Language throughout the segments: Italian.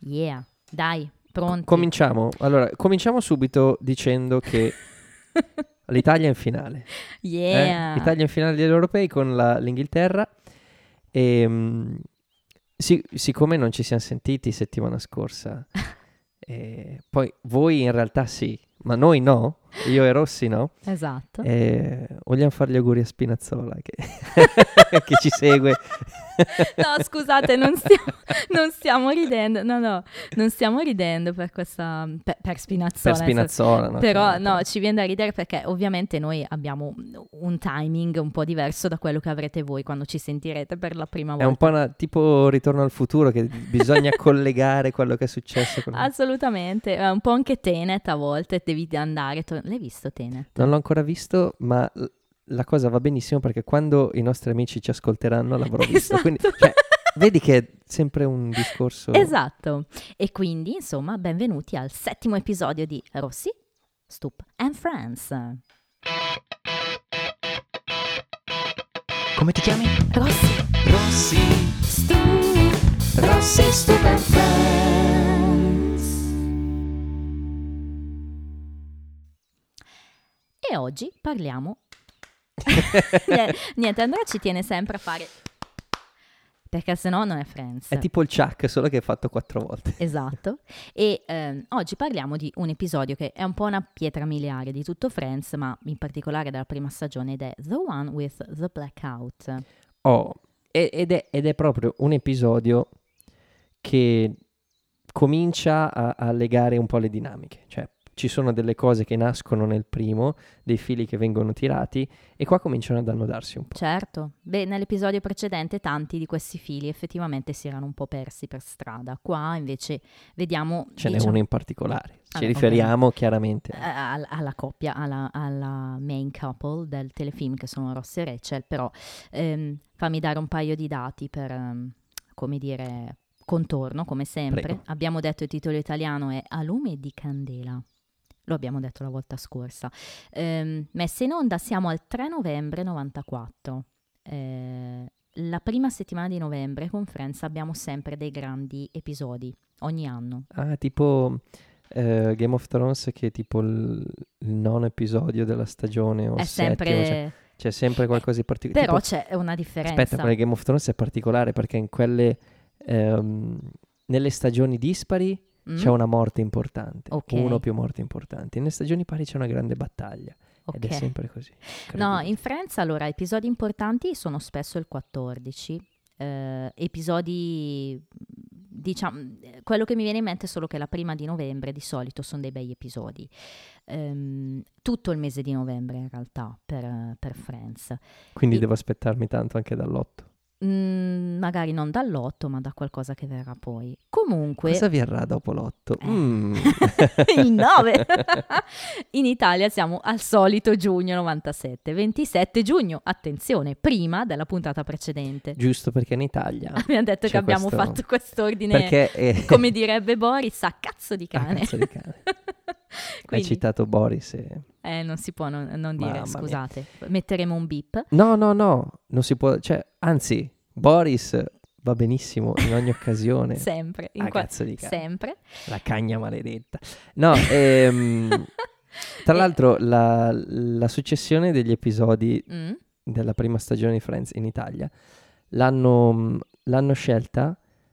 Yeah, dai, pronti. Cominciamo. Allora, cominciamo subito dicendo che l'Italia è in finale. Yeah. L'Italia è in finale degli europei con l'Inghilterra. E siccome non ci siamo sentiti settimana scorsa, poi voi in realtà sì, ma noi no, io e Rossi no. Esatto. Vogliamo fare gli auguri a Spinazzola che, che ci segue. No, scusate, non stiamo ridendo. No, non stiamo ridendo per questa per Spinazzola. Per Spinazzola, no? Però no, ci viene da ridere perché ovviamente noi abbiamo un timing un po' diverso da quello che avrete voi quando ci sentirete per la prima volta. È un po' tipo Ritorno al futuro, che bisogna collegare quello che è successo. Assolutamente, è un po' anche Tenet a volte, devi andare. L'hai visto Tenet? Non l'ho ancora visto, ma la cosa va benissimo perché quando i nostri amici ci ascolteranno l'avrò visto. Esatto. Quindi, vedi che è sempre un discorso. Esatto. E quindi, insomma, benvenuti al 7° episodio di Rossi, Stup and Friends. Come ti chiami? Rossi, Rossi, Stup and Friends. E oggi parliamo... Niente, Andrea ci tiene sempre a fare... Perché sennò non è Friends. è tipo il Chuck, solo che è fatto 4 volte. Esatto. E oggi parliamo di un episodio che è un po' una pietra miliare di tutto Friends, ma in particolare della prima stagione, ed è The One with the Blackout. Ed è proprio un episodio che comincia a legare un po' le dinamiche. Cioè, ci sono delle cose che nascono nel primo, dei fili che vengono tirati, e qua cominciano ad annodarsi un po'. Certo. Beh, nell'episodio precedente tanti di questi fili effettivamente si erano un po' persi per strada. Qua invece vediamo... Ce n'è uno in particolare. Ci Allora, riferiamo chiaramente alla coppia, alla main couple del telefilm, che sono Ross e Rachel, però fammi dare un paio di dati per, come dire, contorno, come sempre. Prego. Abbiamo detto il titolo italiano è A lume di candela. Lo abbiamo detto la volta scorsa. Messa in onda siamo al 3 novembre 94. La prima settimana di novembre con Friends abbiamo sempre dei grandi episodi, ogni anno. tipo Game of Thrones, che è tipo il 9° episodio della stagione o È il 7°, sempre... c'è sempre qualcosa di particolare. Però Tipo, c'è una differenza. aspetta, quella di Game of Thrones è particolare perché in quelle nelle stagioni dispari c'è una morte importante, Ok. uno o più morti importanti. Nelle stagioni pari c'è una grande battaglia. Ed è Ok. sempre così. No, Incredibile. in Friends, allora, episodi importanti sono spesso il 14. Episodi, diciamo, quello che mi viene in mente è solo che la prima di novembre di solito sono dei bei episodi. Tutto il mese di novembre in realtà per Friends. Quindi devo aspettarmi tanto anche dall'8. Magari non dall'8, ma da qualcosa che verrà poi. Comunque... Cosa verrà dopo l'8? Il 9. In Italia siamo al solito giugno 97, 27 giugno, attenzione, prima della puntata precedente. Giusto, perché in Italia Abbiamo detto c'è che abbiamo questo- fatto quest'ordine, perché come direbbe Boris, a cazzo di Ah, cane. cazzo di cane. Hai Quindi, citato Boris non si può non dire, Mamma mia. scusate. Metteremo un beep. No, non si può, cioè, anzi, Boris va benissimo in ogni occasione. Sempre. Cazzo di cane. Sempre. La cagna maledetta. No, tra l'altro la successione degli episodi Mm? della prima stagione di Friends in Italia l'hanno scelta,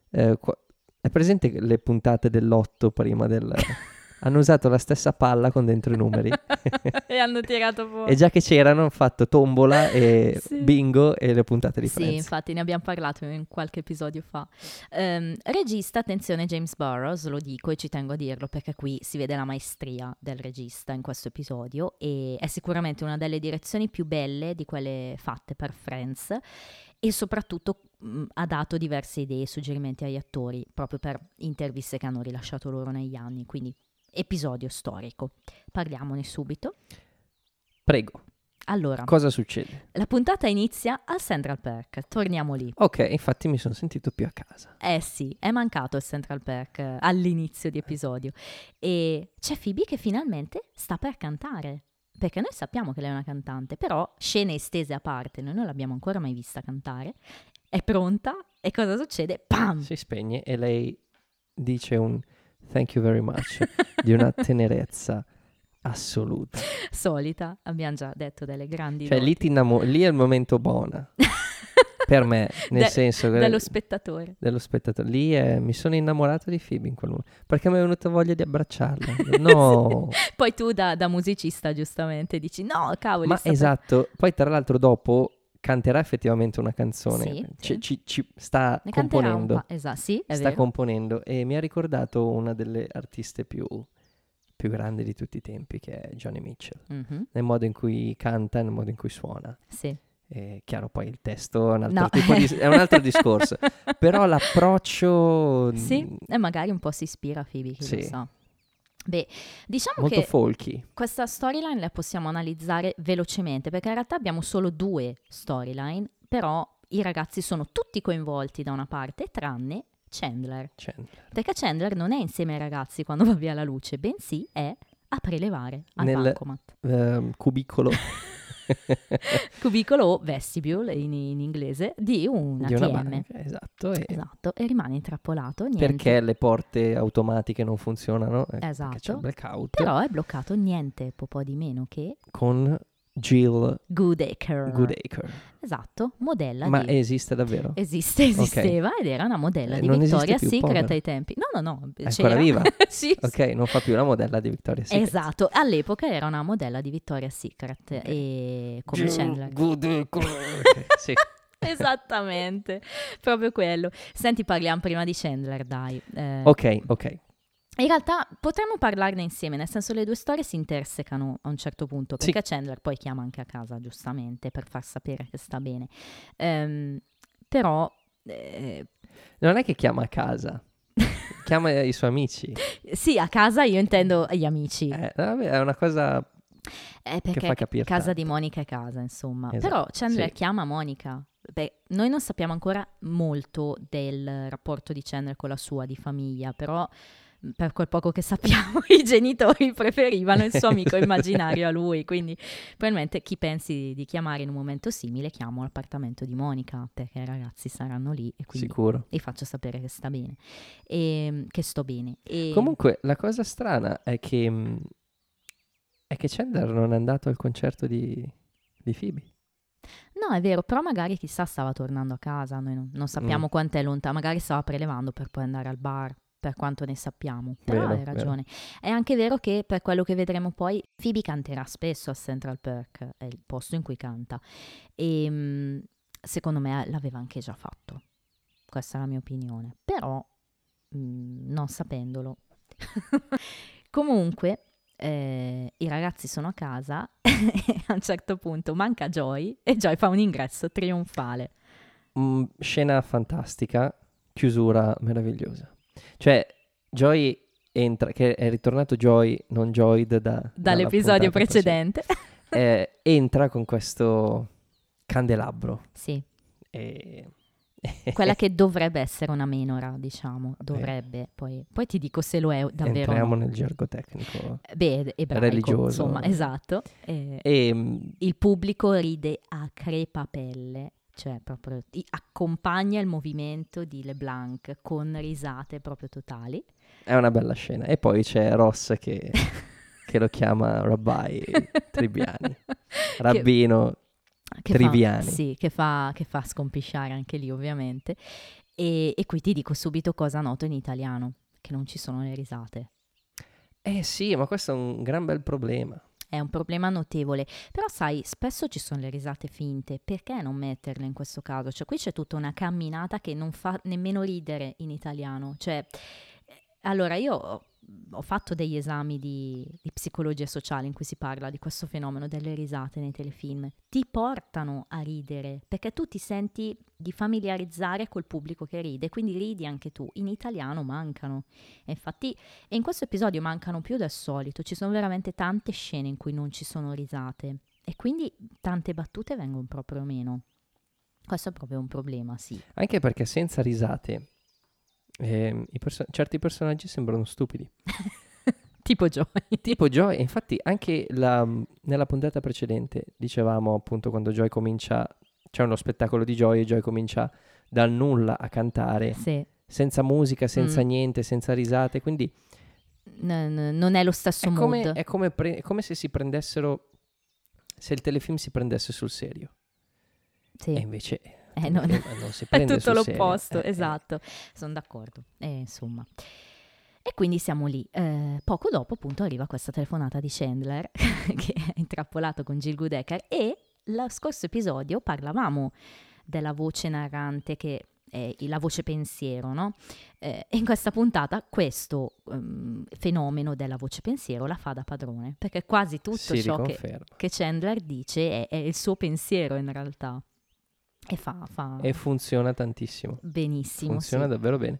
è presente le puntate dell'8 prima del... Hanno usato la stessa palla con dentro i numeri. E hanno tirato fuori. E già che c'erano, hanno fatto tombola e Sì. bingo e le puntate di Sì, Friends. infatti ne abbiamo parlato in qualche episodio fa. Regista, attenzione, James Burrows, lo dico e ci tengo a dirlo perché qui si vede la maestria del regista in questo episodio e è sicuramente una delle direzioni più belle di quelle fatte per Friends e soprattutto ha dato diverse idee e suggerimenti agli attori proprio per interviste che hanno rilasciato loro negli anni, quindi episodio storico. Parliamone subito. Prego, Allora, cosa succede? la puntata inizia al Central Park, torniamo lì. Ok, infatti mi sono sentito più a casa. Eh sì, è mancato il Central Park all'inizio di episodio e c'è Phoebe che finalmente sta per cantare, perché noi sappiamo che lei è una cantante, però scene estese a parte, noi non l'abbiamo ancora mai vista cantare, è pronta e cosa succede? Pam! Si spegne e lei dice un thank you very much di una tenerezza assoluta. Solita, abbiamo già detto delle grandi Cioè doti. lì è il momento buono per me, nel senso che dello spettatore. dello spettatore. Mi sono innamorato di Phoebe in quel momento, perché mi è venuta voglia di abbracciarla. No. Sì. Poi tu da musicista giustamente dici no, cavoli. Ma esatto, poi tra l'altro dopo canterà effettivamente una canzone, Sì. ci sta Ne canterà un componendo, esatto, sì, è sta vero. componendo, e mi ha ricordato una delle artiste più grandi di tutti i tempi, che è Joni Mitchell, Mhm, nel modo in cui canta, nel modo in cui suona. sì. Chiaro, poi il testo è un altro No. tipo è un altro discorso, però l'approccio Sì, e magari un po' si ispira a Phoebe, chi sì, lo sa. Beh, diciamo molto che folky. questa storyline la possiamo analizzare velocemente, perché in realtà abbiamo solo 2 storyline, però i ragazzi sono tutti coinvolti da una parte, tranne Chandler. Perché Chandler non è insieme ai ragazzi quando va via la luce, bensì è a prelevare al Nel bancomat. cubicolo Cubicolo o vestibule in inglese di un di una ATM. banca, esatto, Esatto, e rimane intrappolato, niente. perché le porte automatiche non funzionano, perché c'è Esatto. il blackout, Però è bloccato niente po' di meno che con Jill Goodacre. Esatto, modella Ma di... esiste davvero? Esisteva ed era una modella di Non esiste Victoria's più, Secret povera. ai tempi. No, È ancora c'era. viva? Sì, Ok, non fa più la modella di Victoria's Secret. esatto, all'epoca era una modella di Victoria's Secret Ok. e come Chandler. Ok, sì. Esattamente, proprio quello. Senti, parliamo prima di Chandler, dai. Ok. In realtà potremmo parlarne insieme, nel senso le 2 storie si intersecano a un certo punto, Sì. perché Chandler poi chiama anche a casa, giustamente, per far sapere che sta bene. Però... Non è che chiama a casa, chiama i suoi amici. sì, a casa io intendo gli amici. Vabbè, è una cosa Perché che fa capire casa tanto. di Monica è casa, insomma. Esatto, Però Chandler sì. chiama Monica. Beh, noi non sappiamo ancora molto del rapporto di Chandler con la sua, di famiglia, però per quel poco che sappiamo i genitori preferivano il suo amico immaginario a lui, quindi probabilmente chi pensi di chiamare in un momento simile chiamo all'appartamento di Monica, perché i ragazzi saranno lì e quindi Sicuro. gli faccio sapere che sta bene, e che sto bene. E... Comunque, la cosa strana è che Chandler non è andato al concerto di Phoebe. No, è vero, però magari chissà stava tornando a casa, noi non sappiamo quant'è lontano, magari stava prelevando per poi andare al bar, per quanto ne sappiamo, però Vero, hai ragione. È anche vero che per quello che vedremo poi, Phoebe canterà spesso a Central Perk, è il posto in cui canta, e secondo me l'aveva anche già fatto, questa è la mia opinione, però non sapendolo. Comunque... i ragazzi sono a casa e a un certo punto manca Joy e Joy fa un ingresso trionfale. Scena fantastica, chiusura meravigliosa. Cioè, Joy entra, che è ritornato Joy, non Joyd dall'episodio puntata precedente. Entra con questo candelabro. Sì, E... quella che dovrebbe essere una menora, diciamo, dovrebbe, poi ti dico se lo è davvero. Entriamo no. nel gergo tecnico. Beh, ebraico, religioso. insomma, esatto. Il pubblico ride a crepapelle, cioè proprio accompagna il movimento di LeBlanc con risate proprio totali. È una bella scena. E poi c'è Ross che lo chiama Rabbi Triviani. Rabbino Triviani. Che fa scompisciare anche lì, ovviamente. E qui ti dico subito cosa noto in italiano, che non ci sono le risate. Sì, ma questo è un gran bel problema. È un problema notevole, però sai, spesso ci sono le risate finte, perché non metterle in questo caso? Cioè qui c'è tutta una camminata che non fa nemmeno ridere in italiano, cioè... Allora, io ho fatto degli esami di psicologia sociale in cui si parla di questo fenomeno delle risate nei telefilm. Ti portano a ridere, perché tu ti senti di familiarizzare col pubblico che ride, quindi ridi anche tu. In italiano mancano. E infatti, in questo episodio mancano più del solito. Ci sono veramente tante scene in cui non ci sono risate. E quindi tante battute vengono proprio meno. Questo è proprio un problema, sì. Anche perché senza risate... certi personaggi sembrano stupidi. Tipo Joy. Infatti anche nella puntata precedente dicevamo appunto quando Joy comincia, c'è uno spettacolo di Joy e Joy comincia dal nulla a cantare. Sì. senza musica, senza niente, senza risate, quindi non è lo stesso mood. È come se si prendessero, se il telefilm si prendesse sul serio. Sì. E invece non si è prende tutto sul serio. l'opposto, esatto, sono d'accordo. Insomma. E quindi siamo lì. Poco dopo appunto arriva questa telefonata di Chandler che è intrappolato con Jill Goodacre, e lo scorso episodio parlavamo della voce narrante che è la voce pensiero, no? E in questa puntata questo fenomeno della voce pensiero la fa da padrone, perché quasi tutto ciò che Chandler dice è il suo pensiero in realtà. E funziona tantissimo. Benissimo. Funziona davvero bene.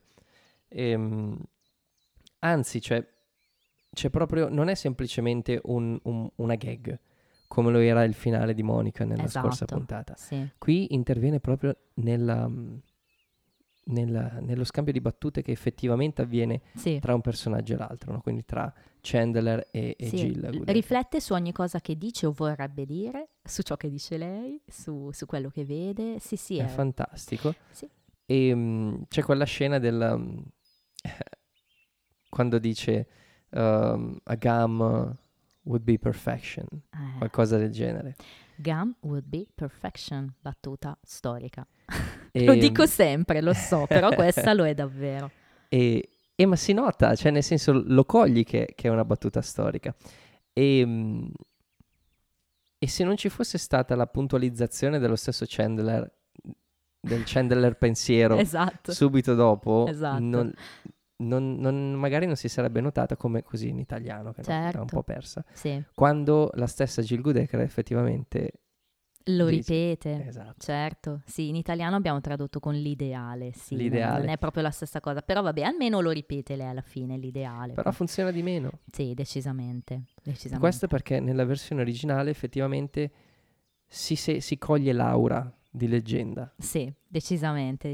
Anzi, c'è proprio, non è semplicemente una gag, come lo era il finale di Monica nella scorsa puntata. Sì. Qui interviene proprio nello scambio di battute che effettivamente avviene tra un personaggio e l'altro, no? Quindi tra Chandler e Jill. Riflette su ogni cosa che dice o vorrebbe dire, su ciò che dice lei, su quello che vede. Sì, è fantastico. Sì. E c'è quella scena quando dice a gum would be perfection, qualcosa del genere. Gum would be perfection, battuta storica. Lo dico sempre, lo so, però questa lo è davvero. Ma si nota, cioè nel senso lo cogli che è una battuta storica. E se non ci fosse stata la puntualizzazione dello stesso Chandler, del Chandler pensiero, esatto. subito dopo, esatto. magari non si sarebbe notata come così in italiano, che certo. era un po' persa. Sì. Quando la stessa Jill Goodacre effettivamente lo ripete. Esatto. Certo. Sì, in italiano abbiamo tradotto con l'ideale. Sì, l'ideale. Non è proprio la stessa cosa, però vabbè, almeno lo ripete lei alla fine, l'ideale. Però funziona di meno. Sì, decisamente. Questo perché nella versione originale effettivamente si coglie l'aura di leggenda. Sì, decisamente.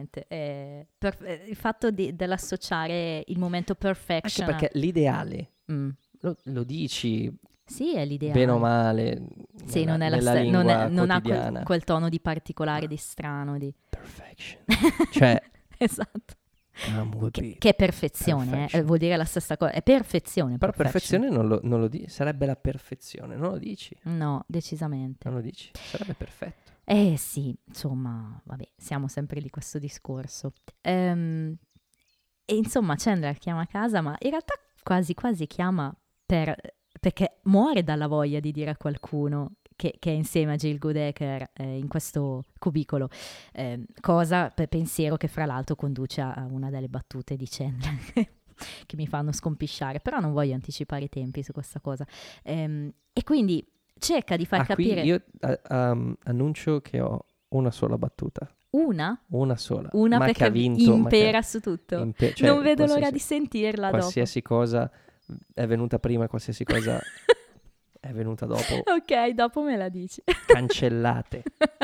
Il fatto dell'associare il momento perfection. Anche perché l'ideale lo dici. Sì, è l'ideale. Bene o male. Sì, non ha quel tono di particolare, di strano. Di perfection. Cioè. esatto. Che è perfezione, vuol dire la stessa cosa, è perfezione. Però perfezione non lo dici, sarebbe la perfezione, non lo dici. No, decisamente. Non lo dici, sarebbe perfetto. Sì, insomma, vabbè, siamo sempre di questo discorso. E insomma Chandler chiama a casa, ma in realtà quasi quasi chiama perché muore dalla voglia di dire a qualcuno che è insieme a Jill Goodacre in questo cubicolo, cosa per pensiero che fra l'altro conduce a una delle battute di Chandler che mi fanno scompisciare, però non voglio anticipare i tempi su questa cosa, e quindi cerca di far capire. Qui io annuncio che ho una sola battuta. Una sola, ma perché ha vinto, impera su tutto, cioè, non vedo l'ora di sentirla qualsiasi dopo. Cosa è venuta prima, qualsiasi cosa è venuta dopo. Ok, dopo me la dici. Cancellate.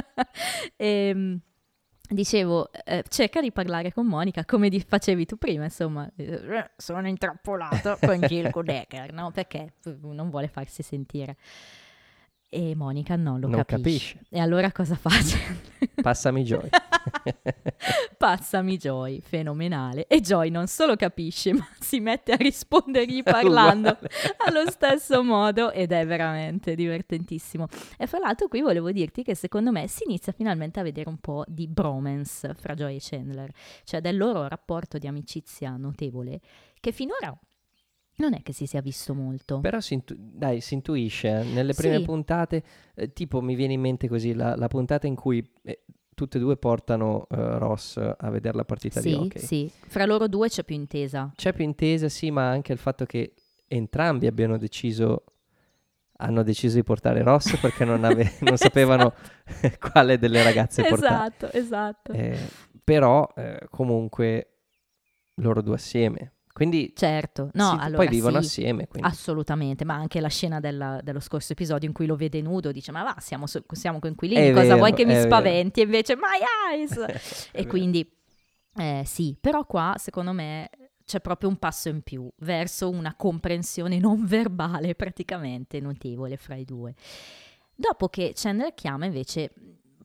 Dicevo, cerca di parlare con Monica come facevi tu prima, insomma. Sono intrappolato con Jill Goodacre, no? Perché non vuole farsi sentire. E Monica non capisce. E allora cosa faccio? Passami Joy. Passami Joy, fenomenale. E Joy non solo capisce, ma si mette a rispondergli parlando allo stesso modo, ed è veramente divertentissimo. E fra l'altro qui volevo dirti che secondo me si inizia finalmente a vedere un po' di bromance fra Joy e Chandler, cioè del loro rapporto di amicizia notevole, che finora non è che si sia visto molto. Però si intuisce. Nelle prime puntate, tipo mi viene in mente così la puntata in cui tutte e due portano Ross a vedere la partita di hockey. Sì, fra loro due c'è più intesa. C'è più intesa, sì, ma anche il fatto che entrambi hanno deciso di portare Ross perché non sapevano quale delle ragazze portare. Esatto. Però comunque loro due assieme. Quindi certo, allora, poi vivono assieme. Quindi. Assolutamente, ma anche la scena dello scorso episodio in cui lo vede nudo dice ma va, siamo coinquilini, cosa vuoi che mi spaventi? E invece my eyes! E quindi sì, però qua secondo me c'è proprio un passo in più verso una comprensione non verbale praticamente notevole fra i due. Dopo che Chandler chiama invece,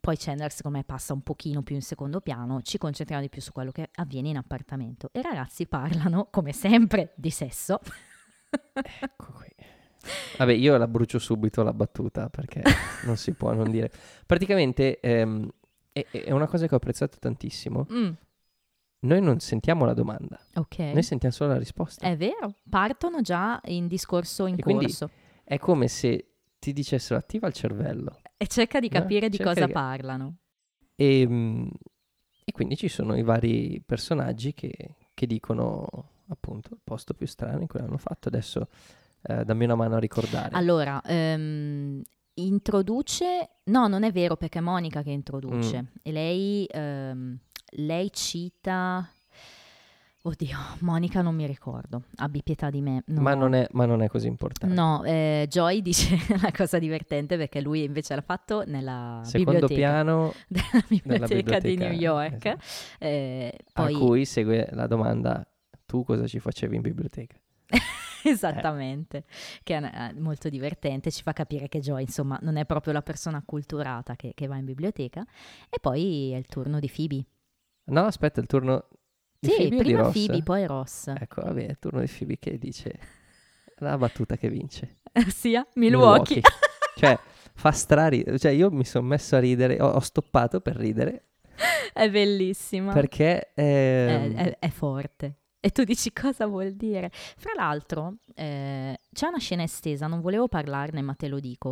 poi Chandler secondo me passa un pochino più in secondo piano, ci concentriamo di più su quello che avviene in appartamento. E i ragazzi parlano, come sempre, di sesso. Ecco qui. Vabbè, io la brucio subito la battuta perché non si può non dire. Praticamente è una cosa che ho apprezzato tantissimo. Noi non sentiamo la domanda, Ok. noi sentiamo solo la risposta. È vero, partono già in discorso in E quindi corso. è come se ti dicessero attiva il cervello. E cerca di capire di cerca cosa di- parlano. E quindi ci sono i vari personaggi che dicono appunto il posto più strano in cui l'hanno fatto. Adesso dammi una mano a ricordare. Allora, introduce... No, non è vero perché è Monica che introduce. E lei cita... Oddio, Monica non mi ricordo. Abbi pietà di me. No. Ma non è così importante. No, Joy dice una cosa divertente perché lui invece l'ha fatto nella Secondo biblioteca. piano Della biblioteca di biblioteca, New York. esatto. Poi... A cui segue la domanda: tu cosa ci facevi in biblioteca? Esattamente, che è molto divertente, ci fa capire che Joy, insomma, non è proprio la persona acculturata che va in biblioteca. E poi è il turno di Phoebe. No, aspetta, il turno di Sì, Phoebe o di prima Ross? Phoebe, poi Ross. Ecco, vabbè, il turno di Phoebe che dice la battuta che vince. Sia Milwaukee. Cioè, fa straridere. Cioè, io mi sono messo a ridere, ho stoppato per ridere È bellissima. perché È forte. E tu dici cosa vuol dire? Fra l'altro, c'è una scena estesa, non volevo parlarne, ma te lo dico,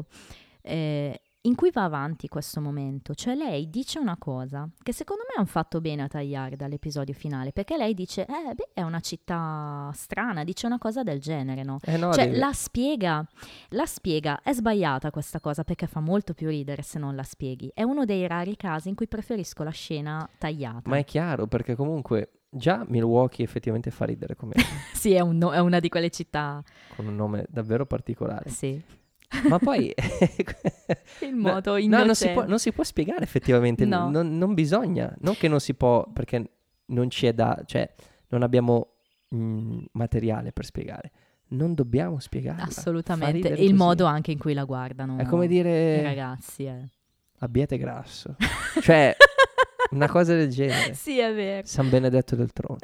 in cui va avanti questo momento. Cioè lei dice una cosa che secondo me hanno fatto bene a tagliare dall'episodio finale, perché lei dice, è una città strana, dice una cosa del genere, no? no, Cioè la spiega, è sbagliata questa cosa perché fa molto più ridere se non la spieghi. È uno dei rari casi in cui preferisco la scena tagliata. ma è chiaro perché comunque già Milwaukee effettivamente fa ridere come Sì, è una di quelle città. con un nome davvero particolare. Sì. Ma poi Il modo no, innocente. non si può spiegare effettivamente, No. non bisogna, non che non si può perché non ci è cioè non abbiamo materiale per spiegare, non dobbiamo spiegarla. Fa Assolutamente. ridere E il così. modo anche in cui la guardano È come i dire ragazzi. abbiate grasso, cioè una cosa del genere. Sì, è vero. San Benedetto del Tronto.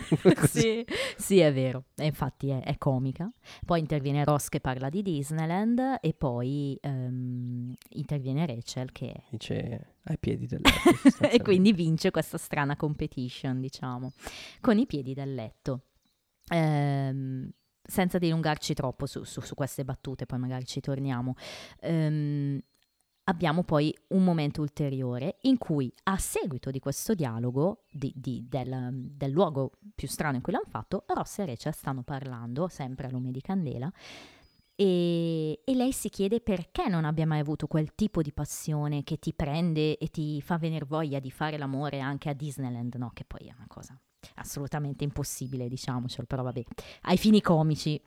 Sì, è vero. E infatti è comica. Poi interviene Ross che parla di Disneyland e poi interviene Rachel che... Dice ai piedi del letto. e quindi vince questa strana competition, diciamo, con i piedi del letto. Senza dilungarci troppo su queste battute, poi magari ci torniamo. Abbiamo poi un momento ulteriore in cui, a seguito di questo dialogo del luogo più strano in cui l'hanno fatto, Ross e Rachel stanno parlando, sempre a lume di candela, e lei si chiede perché non abbia mai avuto quel tipo di passione che ti prende e ti fa venire voglia di fare l'amore anche a Disneyland, no? Che poi è una cosa assolutamente impossibile, diciamocelo, però vabbè, ai fini comici.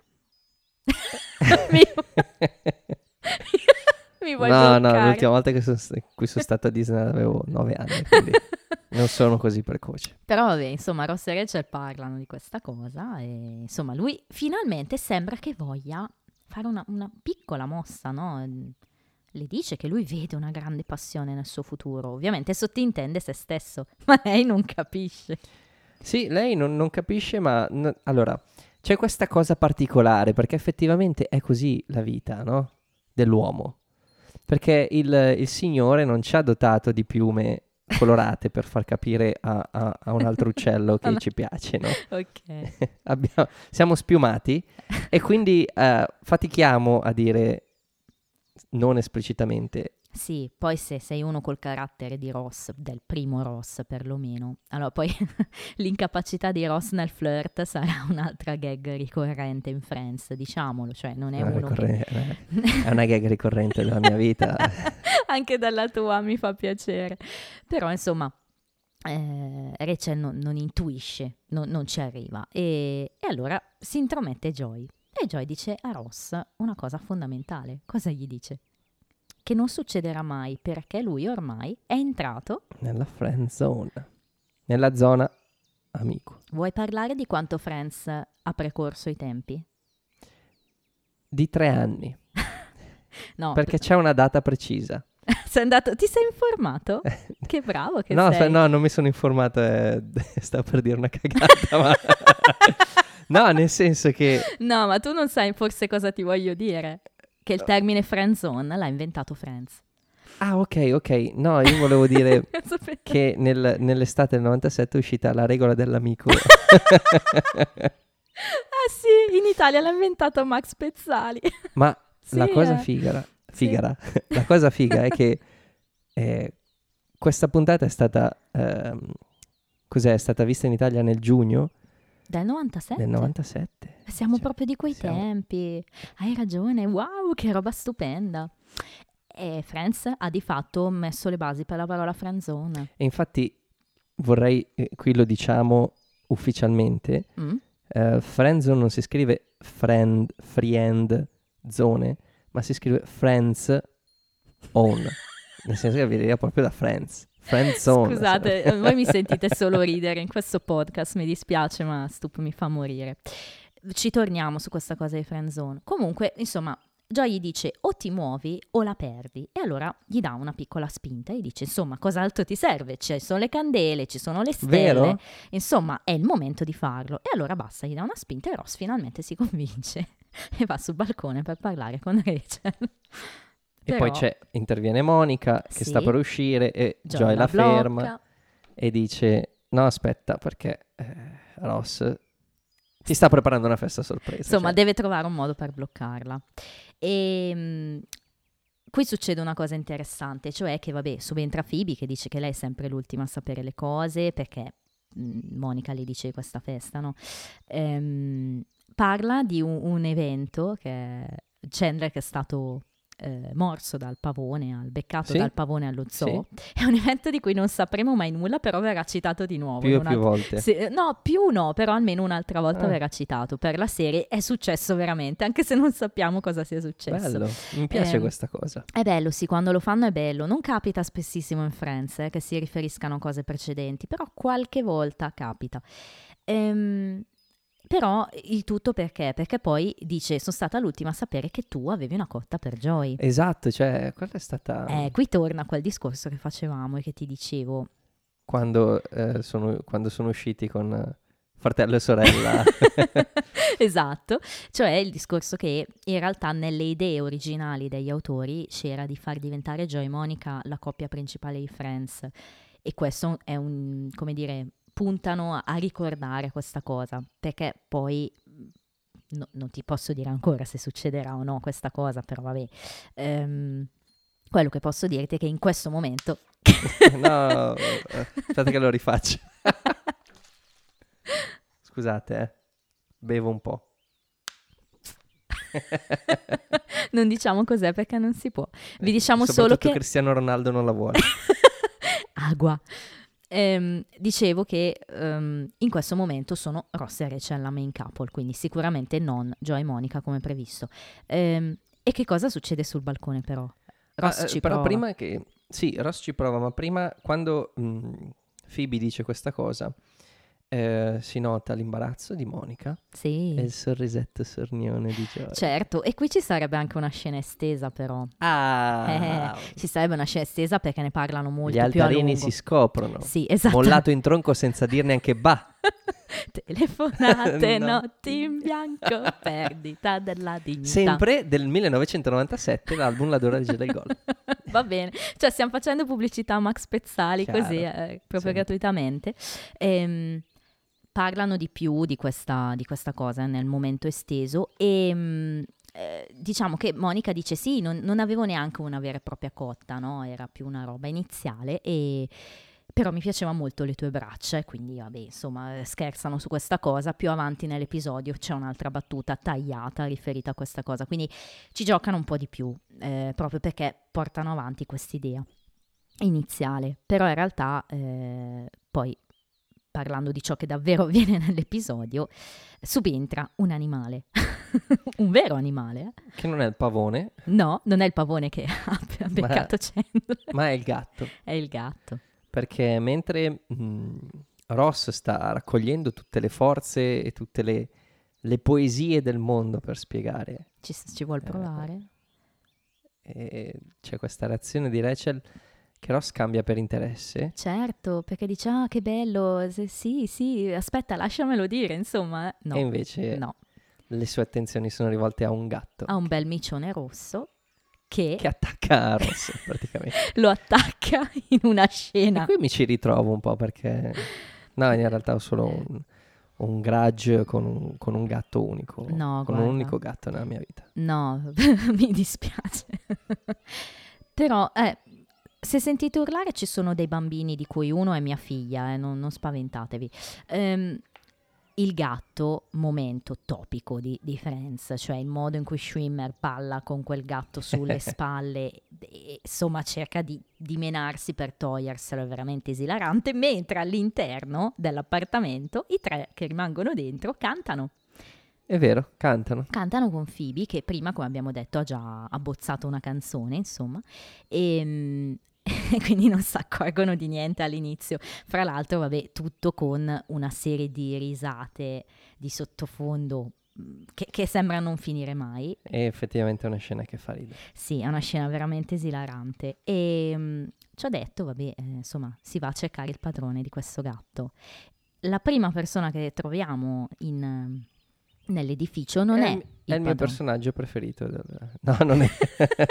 Mi vuoi No, bloccare? l'ultima volta in cui sono stato a Disney avevo 9 anni, quindi non sono così precoce. Però vabbè, insomma, Ross e Rachel parlano di questa cosa e insomma lui finalmente sembra che voglia fare una piccola mossa, no? Le dice che lui vede una grande passione nel suo futuro, ovviamente sottintende se stesso, ma lei non capisce. Sì, lei non capisce, ma allora c'è questa cosa particolare perché effettivamente è così la vita, no? Dell'uomo. Perché il Signore non ci ha dotato di piume colorate per far capire a un altro uccello che ci piace, no? Ok. Siamo spiumati e quindi fatichiamo a dire non esplicitamente. Sì, poi se sei uno col carattere di Ross, del primo Ross perlomeno, allora poi l'incapacità di Ross nel flirt sarà un'altra gag ricorrente in Friends, diciamolo, cioè non è uno che... È una gag ricorrente della mia vita. Anche dalla tua mi fa piacere. Però insomma, Rachel non intuisce, non ci arriva. E allora si intromette Joy. E Joy dice a Ross una cosa fondamentale. Cosa gli dice? Che non succederà mai perché lui ormai è entrato Nella friend zone. Nella zona amico. Vuoi parlare di quanto Friends ha precorso i tempi? Di 3 anni. No, Perché c'è una data precisa. Ti sei informato? Che bravo che No, sei. no, non mi sono informato, stavo per dire una cagata, ma... No, nel senso che... No, ma tu non sai forse cosa ti voglio dire. Che il termine friendzone l'ha inventato Friends. Ah, ok. No, io volevo dire Sapete? che nell'estate del 97 è uscita La regola dell'amico. Ah sì, in Italia l'ha inventato Max Pezzali. Ma Sì, la cosa sì. la cosa figa è che questa puntata è stata... cos'è? È stata vista in Italia nel giugno Del 97? del 97. Siamo Cioè, proprio di quei tempi. Hai ragione, wow, che roba stupenda. E Friends ha di fatto messo le basi per la parola friendzone. E infatti vorrei, qui lo diciamo ufficialmente, friendzone non si scrive friend zone, ma si scrive friends own, nel senso che viene proprio da friends zone. Scusate, voi mi sentite solo ridere in questo podcast, mi dispiace, ma mi fa morire. Ci torniamo su questa cosa di friendzone. Comunque, insomma, Joy gli dice o ti muovi o la perdi, e allora gli dà una piccola spinta e dice insomma cos'altro ti serve, ci sono le candele, ci sono le stelle, Vero? Insomma è il momento di farlo, e allora basta, gli dà una spinta e Ross finalmente si convince e va sul balcone per parlare con Rachel. E poi interviene Monica che sta per uscire e Joy la ferma e dice no aspetta perché Ross ti sta preparando una festa sorpresa. Insomma deve trovare un modo per bloccarla. E qui succede una cosa interessante, cioè che vabbè subentra Phoebe che dice che lei è sempre l'ultima a sapere le cose perché Monica le dice questa festa, no? Parla di un evento che Chandler che è stato morso dal pavone, beccato dal pavone allo zoo. È un evento di cui non sapremo mai nulla, però verrà citato di nuovo. Più volte? No, però almeno un'altra volta verrà citato per la serie. È successo veramente, anche se non sappiamo cosa sia successo. Bello, mi piace questa cosa. È bello, sì, quando lo fanno è bello. Non capita spessissimo in Friends che si riferiscano a cose precedenti, però qualche volta capita. Però il tutto perché? Perché poi dice sono stata l'ultima a sapere che tu avevi una cotta per Joy. Esatto, cioè quella è stata... Qui torna quel discorso che facevamo e che ti dicevo. Quando sono usciti con fratello e sorella. Esatto, cioè il discorso che in realtà nelle idee originali degli autori c'era di far diventare Joy e Monica la coppia principale di Friends. E questo è come dire... puntano a ricordare questa cosa, perché poi non ti posso dire ancora se succederà o no questa cosa, però vabbè, quello che posso dirti è che in questo momento no, aspetta che lo rifaccio. Scusate, bevo un po'. non diciamo cos'è perché non si può, vi diciamo solo che Cristiano Ronaldo non la vuole. Agua. Dicevo che in questo momento sono Ross e Rachel la main couple, quindi sicuramente non Joy e Monica come previsto. E che cosa succede sul balcone però? Ross ci però prova. prima che... Sì, Ross ci prova, ma prima quando Phoebe dice questa cosa si nota l'imbarazzo di Monica sì. e il sorrisetto sornione di Joy. Certo, e qui ci sarebbe anche una scena estesa però. Ci sarebbe una scena estesa perché ne parlano molto più a lungo. Gli altarini si scoprono. Sì, esatto. Mollato in tronco senza dir neanche bah. Telefonate, notti in bianco, perdita della dignità. Sempre del 1997, l'album La Dora del Gol. Va bene, cioè stiamo facendo pubblicità a Max Pezzali. Chiaro. Così, proprio gratuitamente. Parlano di più di questa cosa nel momento esteso e diciamo che Monica dice sì, non avevo neanche una vera e propria cotta, no? Era più una roba iniziale però mi piaceva molto le tue braccia e quindi vabbè insomma scherzano su questa cosa. Più avanti nell'episodio c'è un'altra battuta tagliata riferita a questa cosa, quindi ci giocano un po' di più proprio perché portano avanti quest'idea iniziale, però in realtà poi parlando di ciò che davvero avviene nell'episodio subentra un animale un vero animale che non è il pavone. No, non è il pavone che ha beccato Chandler, ma è il gatto. È il gatto. Perché mentre Ross sta raccogliendo tutte le forze e tutte le poesie del mondo per spiegare. Ci vuol provare? e c'è questa reazione di Rachel che Ross cambia per interesse. Certo, perché dice, ah, che bello, sì, aspetta, lasciamelo dire, insomma. No, E invece no. le sue attenzioni sono rivolte a un gatto Ha un bel micione rosso che che attacca a Ross praticamente. lo attacca in una E scena. qui mi ci ritrovo un po' perché no, in realtà ho solo un grudge con un gatto unico, No, con guarda. un unico gatto nella mia vita. No, mi dispiace. Però, se sentite urlare ci sono dei bambini di cui uno è mia figlia, non spaventatevi. Il gatto, momento topico di Friends, cioè il modo in cui Schwimmer balla con quel gatto sulle spalle, e, insomma cerca di menarsi per toglierselo, è veramente esilarante, mentre all'interno dell'appartamento i tre che rimangono dentro cantano. È vero, cantano. Cantano con Phoebe, che prima, come abbiamo detto, ha già abbozzato una canzone, insomma, e quindi non si accorgono di niente all'inizio. Fra l'altro, vabbè, tutto con una serie di risate di sottofondo che sembra non finire mai. E effettivamente è una scena che fa ridere. Sì, è una scena veramente esilarante. E ci ho detto, vabbè, insomma, si va a cercare il padrone di questo gatto. La prima persona che troviamo nell'edificio non è il mio padrone. personaggio preferito. No, non è.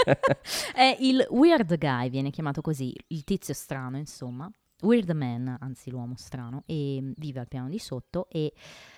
È il Weird Guy, viene chiamato così, il tizio strano, insomma. Weird Man, anzi l'uomo strano, e vive al piano di sotto e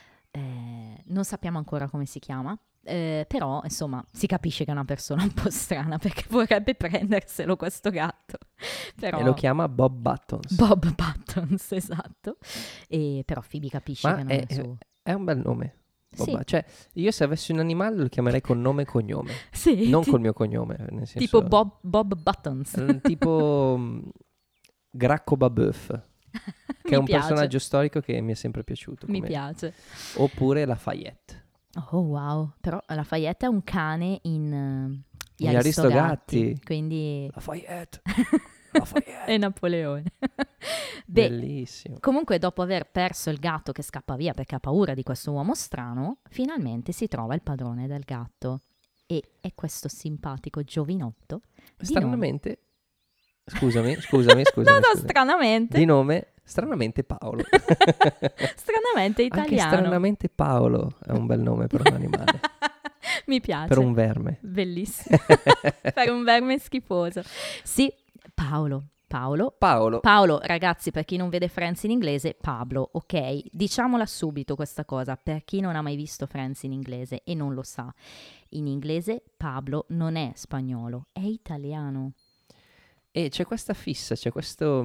non sappiamo ancora come si chiama, però insomma si capisce che è una persona un po' strana perché vorrebbe prenderselo questo gatto. Però, E lo chiama Bob Buttons. Bob Buttons, esatto. E però Phoebe capisce Ma che non è il suo. è un bel nome. Sì. Cioè, io se avessi un animale lo chiamerei con nome e cognome. Sì, Non col mio cognome, nel senso... tipo Bob Buttons. Tipo Gracco Babeuf, che è un piace. personaggio storico che mi è sempre piaciuto. Mi come- piace. Oppure Lafayette. Oh wow, però Lafayette è un cane in Gli Gli Aristogatti, Aristogatti. quindi Lafayette. Lafayette. è Napoleone. Beh, Bellissimo. comunque dopo aver perso il gatto che scappa via perché ha paura di questo uomo strano, finalmente si trova il padrone del gatto e è questo simpatico giovinotto di Stranamente... Scusami. nome... No, stranamente. Di nome, stranamente Paolo. Stranamente italiano. Anche stranamente Paolo è un bel nome per un animale. Mi piace. Per un verme. Bellissimo. Per un verme schifoso. Sì, Paolo, ragazzi, per chi non vede Friends in inglese, Pablo, ok? Diciamola subito questa cosa, per chi non ha mai visto Friends in inglese e non lo sa. In inglese Pablo non è spagnolo, è italiano. E c'è questa fissa, c'è questo...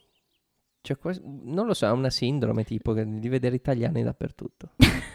non lo so, è una sindrome tipo di vedere italiani dappertutto.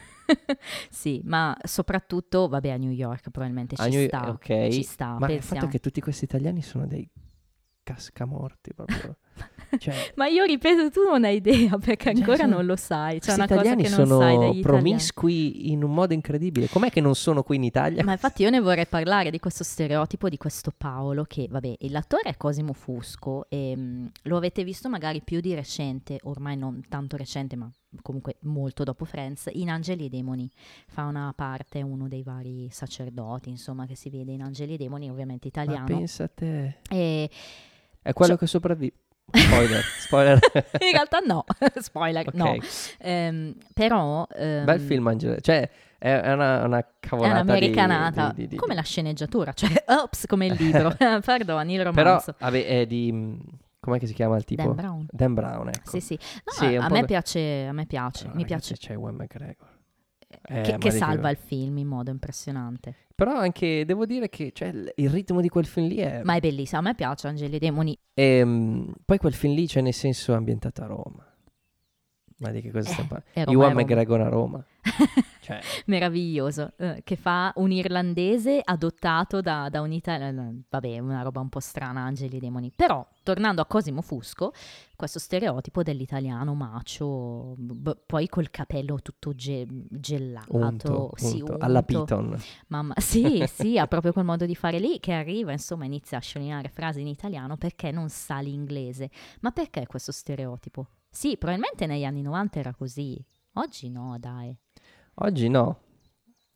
Sì, ma soprattutto, vabbè, a New York probabilmente sta. Ok, Ci sta, ma il pensiamo. fatto che tutti questi italiani sono dei cascamorti proprio. Cioè, Ma io ripeto, tu non hai idea perché ancora non lo sai. C'è questi una cosa italiani che non sono sai degli italiani. promiscui in un modo incredibile. Com'è che non sono qui in Italia? Ma infatti io ne vorrei parlare di questo stereotipo di questo Paolo che, vabbè, l'attore è Cosimo Fusco e lo avete visto magari più di recente, ormai non tanto recente ma comunque molto dopo Friends, in Angeli e Demoni. Fa una parte, uno dei vari sacerdoti, insomma, che si vede in Angeli e Demoni, ovviamente italiano. Ma pensa a te. E È quello che sopravvive. Spoiler. in realtà no, spoiler, Ok. no. Però... Bel film, Angela. Cioè, è una È cavolata un'americanata, di- come la sceneggiatura, cioè, ops, come il libro, pardon, il Però, romanzo. vabbè, è di... Com'è che si chiama il tipo? Dan Brown. Dan Brown, ecco. Sì, sì. No, Sì, è un a po' me da- piace, Però, mi ragazzi, piace c'è Ewan McGregor. che salva il film in modo impressionante. Però anche, devo dire che cioè, il ritmo di quel film lì è... Ma è bellissimo, a me piace Angeli e Demoni. Poi quel film lì, cioè nel senso, è ambientato a Roma. Ma di che cosa stiamo parlando? è Roma, Ewan è Roma. McGregor a Roma. Cioè, Meraviglioso, che fa un irlandese adottato da un italiano, vabbè, una roba un po' strana, Angeli e Demoni. Però, tornando a Cosimo Fusco, questo stereotipo dell'italiano macio, poi col capello tutto gelato, unto, sì, alla unto. Piton. Mamma, sì, ha proprio quel modo di fare lì che arriva, insomma, inizia a sciorinare frasi in italiano perché non sa l'inglese. Ma perché questo stereotipo? Sì, probabilmente negli anni 90 era così, oggi no, dai. Oggi no.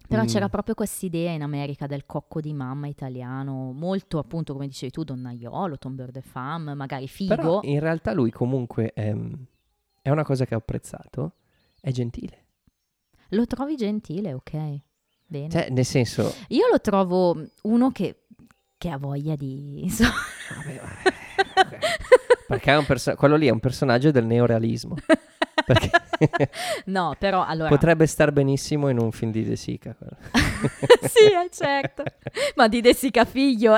Però c'era proprio quest'idea in America del cocco di mamma italiano, molto appunto come dicevi tu, donnaiolo, tombeur de femme, magari figo. Però in realtà lui comunque è una cosa che ho apprezzato, è gentile. Lo trovi gentile, ok, bene. Cioè, nel senso... Io lo trovo uno che ha voglia di... insomma. Vabbè, okay. Perché è quello lì è un personaggio del neorealismo. Perché No, però allora... potrebbe star benissimo in un film di De Sica. Sì, certo. Ma di De Sica figlio.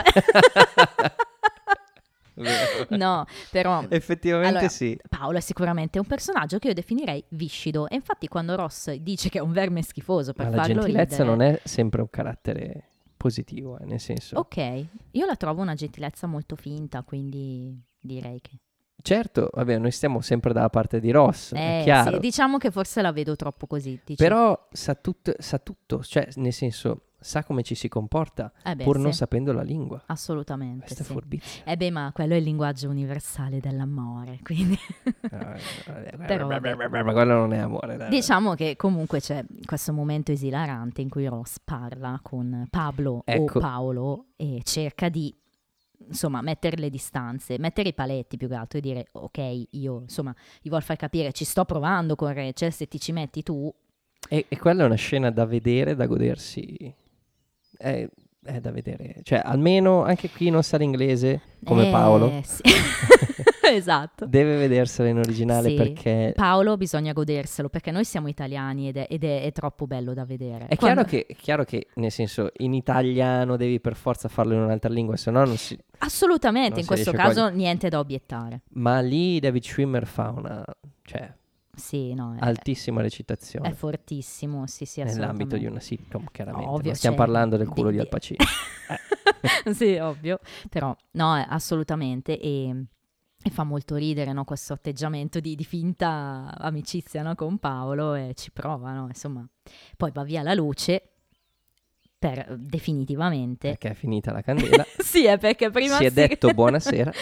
No, però... Effettivamente allora, sì. Paolo è sicuramente un personaggio che io definirei viscido. E infatti quando Ross dice che è un verme schifoso per Ma la farlo gentilezza ridere... non è sempre un carattere positivo, nel senso... Ok, io la trovo una gentilezza molto finta, quindi direi che... Certo, vabbè, noi stiamo sempre dalla parte di Ross, è chiaro. Sì, diciamo che forse la vedo troppo così. Dici. Però sa tutto, cioè nel senso sa come ci si comporta pur non sapendo la lingua. Assolutamente. Questa è furbizia. Ma quello è il linguaggio universale dell'amore, quindi... Però quello non è amore. Dai. Diciamo che comunque c'è questo momento esilarante in cui Ross parla con Pablo o Paolo e cerca di, insomma, mettere le distanze, mettere i paletti più che altro e dire ok, io insomma gli voglio far capire ci sto provando con Rachel, se ti ci metti tu. E quella è una scena da vedere, da godersi. È da vedere, cioè almeno anche chi non sa l'inglese come Paolo sì. Esatto, deve vedersela in originale, sì. Perché Paolo bisogna goderselo perché noi siamo italiani ed è troppo bello da vedere. È chiaro che nel senso in italiano devi per forza farlo in un'altra lingua, se no non si... Assolutamente, non in si questo riesce caso niente da obiettare. Ma lì David Schwimmer fa una... cioè... Sì, no, altissima recitazione. È fortissimo, sì, nell'ambito di una sitcom, chiaramente. Ovvio, stiamo parlando del culo di Al Pacino. Sì, ovvio. Però, no, assolutamente. E fa molto ridere, no, questo atteggiamento di finta amicizia, no, con Paolo, e ci prova, no, insomma. Poi va via la luce, definitivamente. Perché è finita la candela. Sì, è perché prima si è detto buonasera.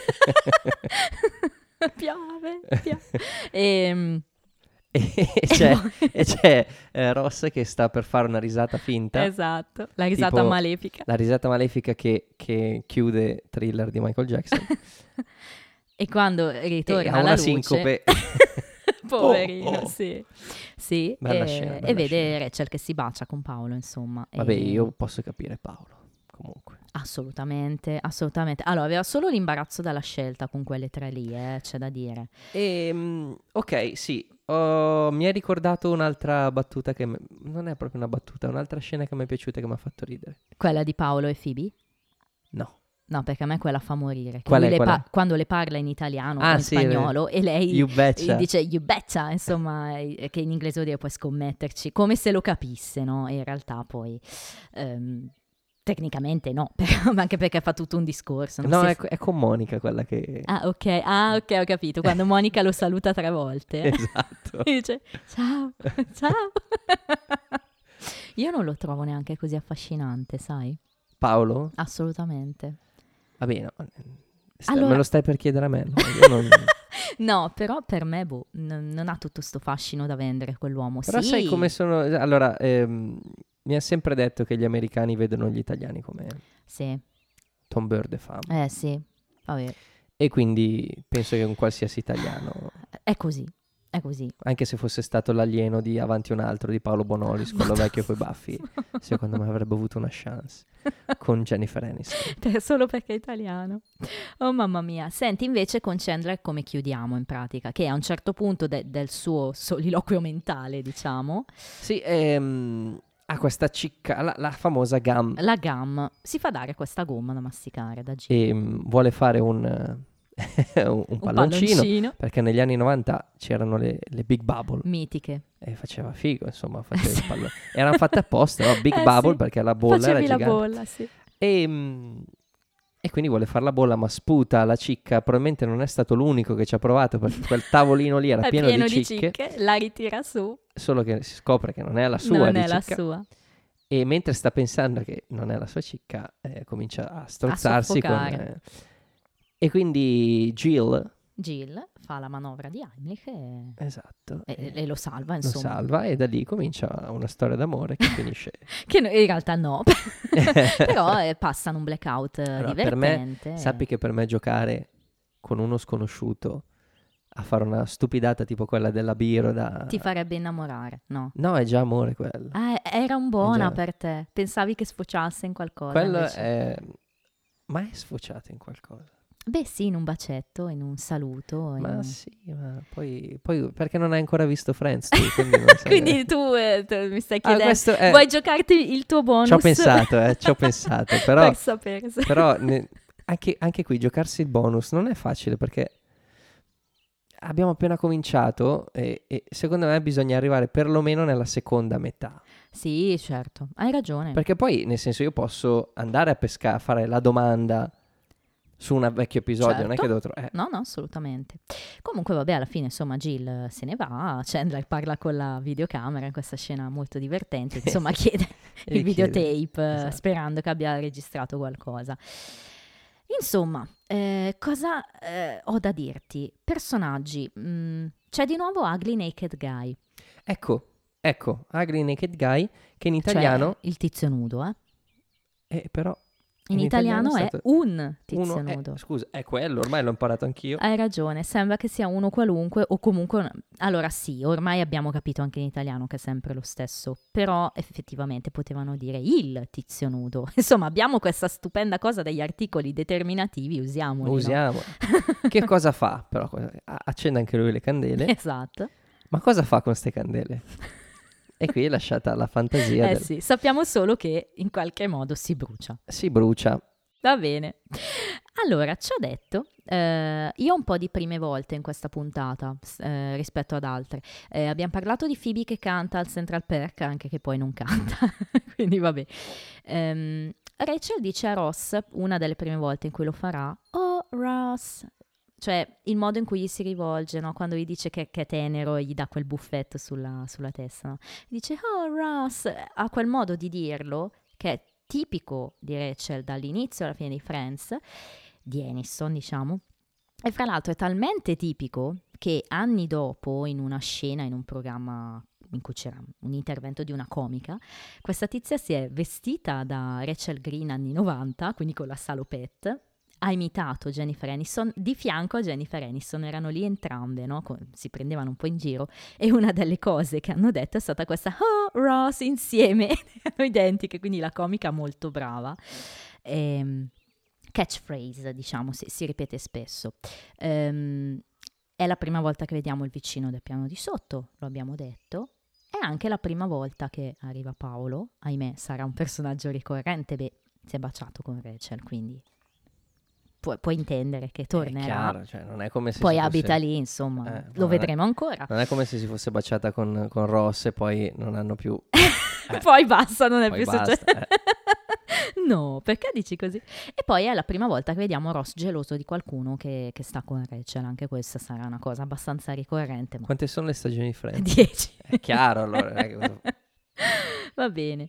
Piove. E c'è Ross che sta per fare una risata finta. Esatto, la risata malefica. La risata malefica che chiude Thriller di Michael Jackson. E quando ritorna ha la una luce... sincope. Poverino, sì. Bella E scena, vede Rachel che si bacia con Paolo, insomma. Vabbè, io posso capire Paolo. Comunque. Assolutamente. Allora, aveva solo l'imbarazzo dalla scelta con quelle tre lì, c'è da dire. Ok, sì. Mi hai ricordato un'altra battuta che... non è proprio una battuta, è un'altra scena che mi è piaciuta, che mi ha fatto ridere. Quella di Paolo e Phoebe? No. No, perché a me quella fa morire. Quando le parla in italiano o in spagnolo e lei dice you betcha, insomma, che in inglese vuol dire puoi scommetterci, come se lo capisse, no? E in realtà poi... tecnicamente no, però, anche perché fa tutto un discorso. È con Monica quella che... Ah, ok, ho capito. Quando Monica lo saluta 3 volte. Esatto. E dice, ciao. Io non lo trovo neanche così affascinante, sai? Paolo? Assolutamente. Va bene, allora... me lo stai per chiedere a me? Io non... No, però per me non ha tutto sto fascino da vendere quell'uomo. Però sì. sai come sono... Allora... mi ha sempre detto che gli americani vedono gli italiani come tombeur de femme. Sì, vabbè. E quindi penso che un qualsiasi italiano... È così. Anche se fosse stato l'alieno di Avanti un altro, di Paolo Bonolis, quello vecchio coi baffi, secondo me avrebbe avuto una chance con Jennifer Aniston. Solo perché è italiano. Oh mamma mia. Senti, invece con Chandler come chiudiamo in pratica? Che a un certo punto del suo soliloquio mentale, diciamo... Sì, questa cicca, la famosa gum. La gum. Si fa dare questa gomma da masticare, da G. E vuole fare un palloncino, perché negli anni 90 c'erano le Big Bubble. Mitiche. E faceva figo, insomma, il pallone. Erano fatte apposta, no? Big Bubble, sì. Perché la bolla facevi era gigante. La bolla, sì. E quindi vuole fare la bolla, ma sputa la cicca. Probabilmente non è stato l'unico che ci ha provato, perché quel tavolino lì era pieno di cicche. La ritira su. Solo che si scopre che non è la sua. Non è la sua. E mentre sta pensando che non è la sua cicca, comincia a strozzarsi. E quindi Jill, Jill fa la manovra di Heimlich Esatto. e lo salva, Lo insomma. salva e da lì comincia una storia d'amore che finisce. Che in realtà no, però passano un blackout Allora, divertente. sappi che per me giocare con uno sconosciuto a fare una stupidata tipo quella della Biro Ti farebbe innamorare, no? No, è già amore quello. Ah, era un buona già. per te. Pensavi che sfociasse in qualcosa. Quello invece. è... Ma è sfociato in qualcosa? Beh sì, in un bacetto, in un saluto. Ma sì, ma poi perché non hai ancora visto Friends tu, quindi non sai. Quindi tu mi stai chiedendo, questo è... vuoi giocarti il tuo bonus? Ci ho pensato, però... per sapere se... Però anche qui giocarsi il bonus non è facile perché abbiamo appena cominciato e secondo me bisogna arrivare perlomeno nella seconda metà. Sì, certo, hai ragione. Perché poi, nel senso, io posso andare a pescare, a fare la domanda su un vecchio episodio, non è che devo trovare... No, assolutamente. Comunque, vabbè, alla fine, insomma, Jill se ne va, Chandler parla con la videocamera in questa scena molto divertente, insomma, chiede il videotape, esatto. Sperando che abbia registrato qualcosa. Insomma, cosa ho da dirti? Personaggi, c'è di nuovo Ugly Naked Guy. Ecco, Ugly Naked Guy, che in italiano... Cioè, il tizio nudo, però... In italiano è un tizio nudo. Scusa, è quello, ormai l'ho imparato anch'io. Hai ragione, sembra che sia uno qualunque o comunque... Allora sì, ormai abbiamo capito anche in italiano che è sempre lo stesso, però effettivamente potevano dire il tizio nudo. Insomma, abbiamo questa stupenda cosa degli articoli determinativi, usiamoli. Usiamo. No? Che cosa fa? Però accende anche lui le candele. Esatto. Ma cosa fa con ste candele? E qui è lasciata alla fantasia. Sì, sappiamo solo che in qualche modo si brucia. Si brucia. Va bene. Allora, ci ho detto, io ho un po' di prime volte in questa puntata rispetto ad altre. Abbiamo parlato di Phoebe che canta al Central Perk, anche che poi non canta, quindi vabbè. Rachel dice a Ross, una delle prime volte in cui lo farà, "Oh Ross", cioè il modo in cui gli si rivolge, no? Quando gli dice che è tenero e gli dà quel buffetto sulla testa, no? Dice "Oh Ross", ha quel modo di dirlo che è tipico di Rachel dall'inizio alla fine di Friends, di Aniston diciamo, e fra l'altro è talmente tipico che anni dopo in una scena, in un programma in cui c'era un intervento di una comica, questa tizia si è vestita da Rachel Green anni 90, quindi con la salopette, ha imitato Jennifer Aniston, di fianco a Jennifer Aniston erano lì entrambe, no? Si prendevano un po' in giro e una delle cose che hanno detto è stata questa "Oh Ross" insieme, erano identiche, quindi la comica molto brava. Catchphrase, diciamo, si ripete spesso. È la prima volta che vediamo il vicino del piano di sotto, lo abbiamo detto. È anche la prima volta che arriva Paolo, ahimè sarà un personaggio ricorrente, si è baciato con Rachel, quindi puoi intendere che tornerà. È chiaro, cioè non è come se poi si abita fosse... lì, insomma, lo vedremo ancora. Non è come se si fosse baciata con Ross e poi non hanno più... Poi basta, non è poi più successo. No, perché dici così? E poi è la prima volta che vediamo Ross geloso di qualcuno che sta con Rachel, anche questa sarà una cosa abbastanza ricorrente. Ma... Quante sono le stagioni di Friends? 10. È chiaro allora. Va bene.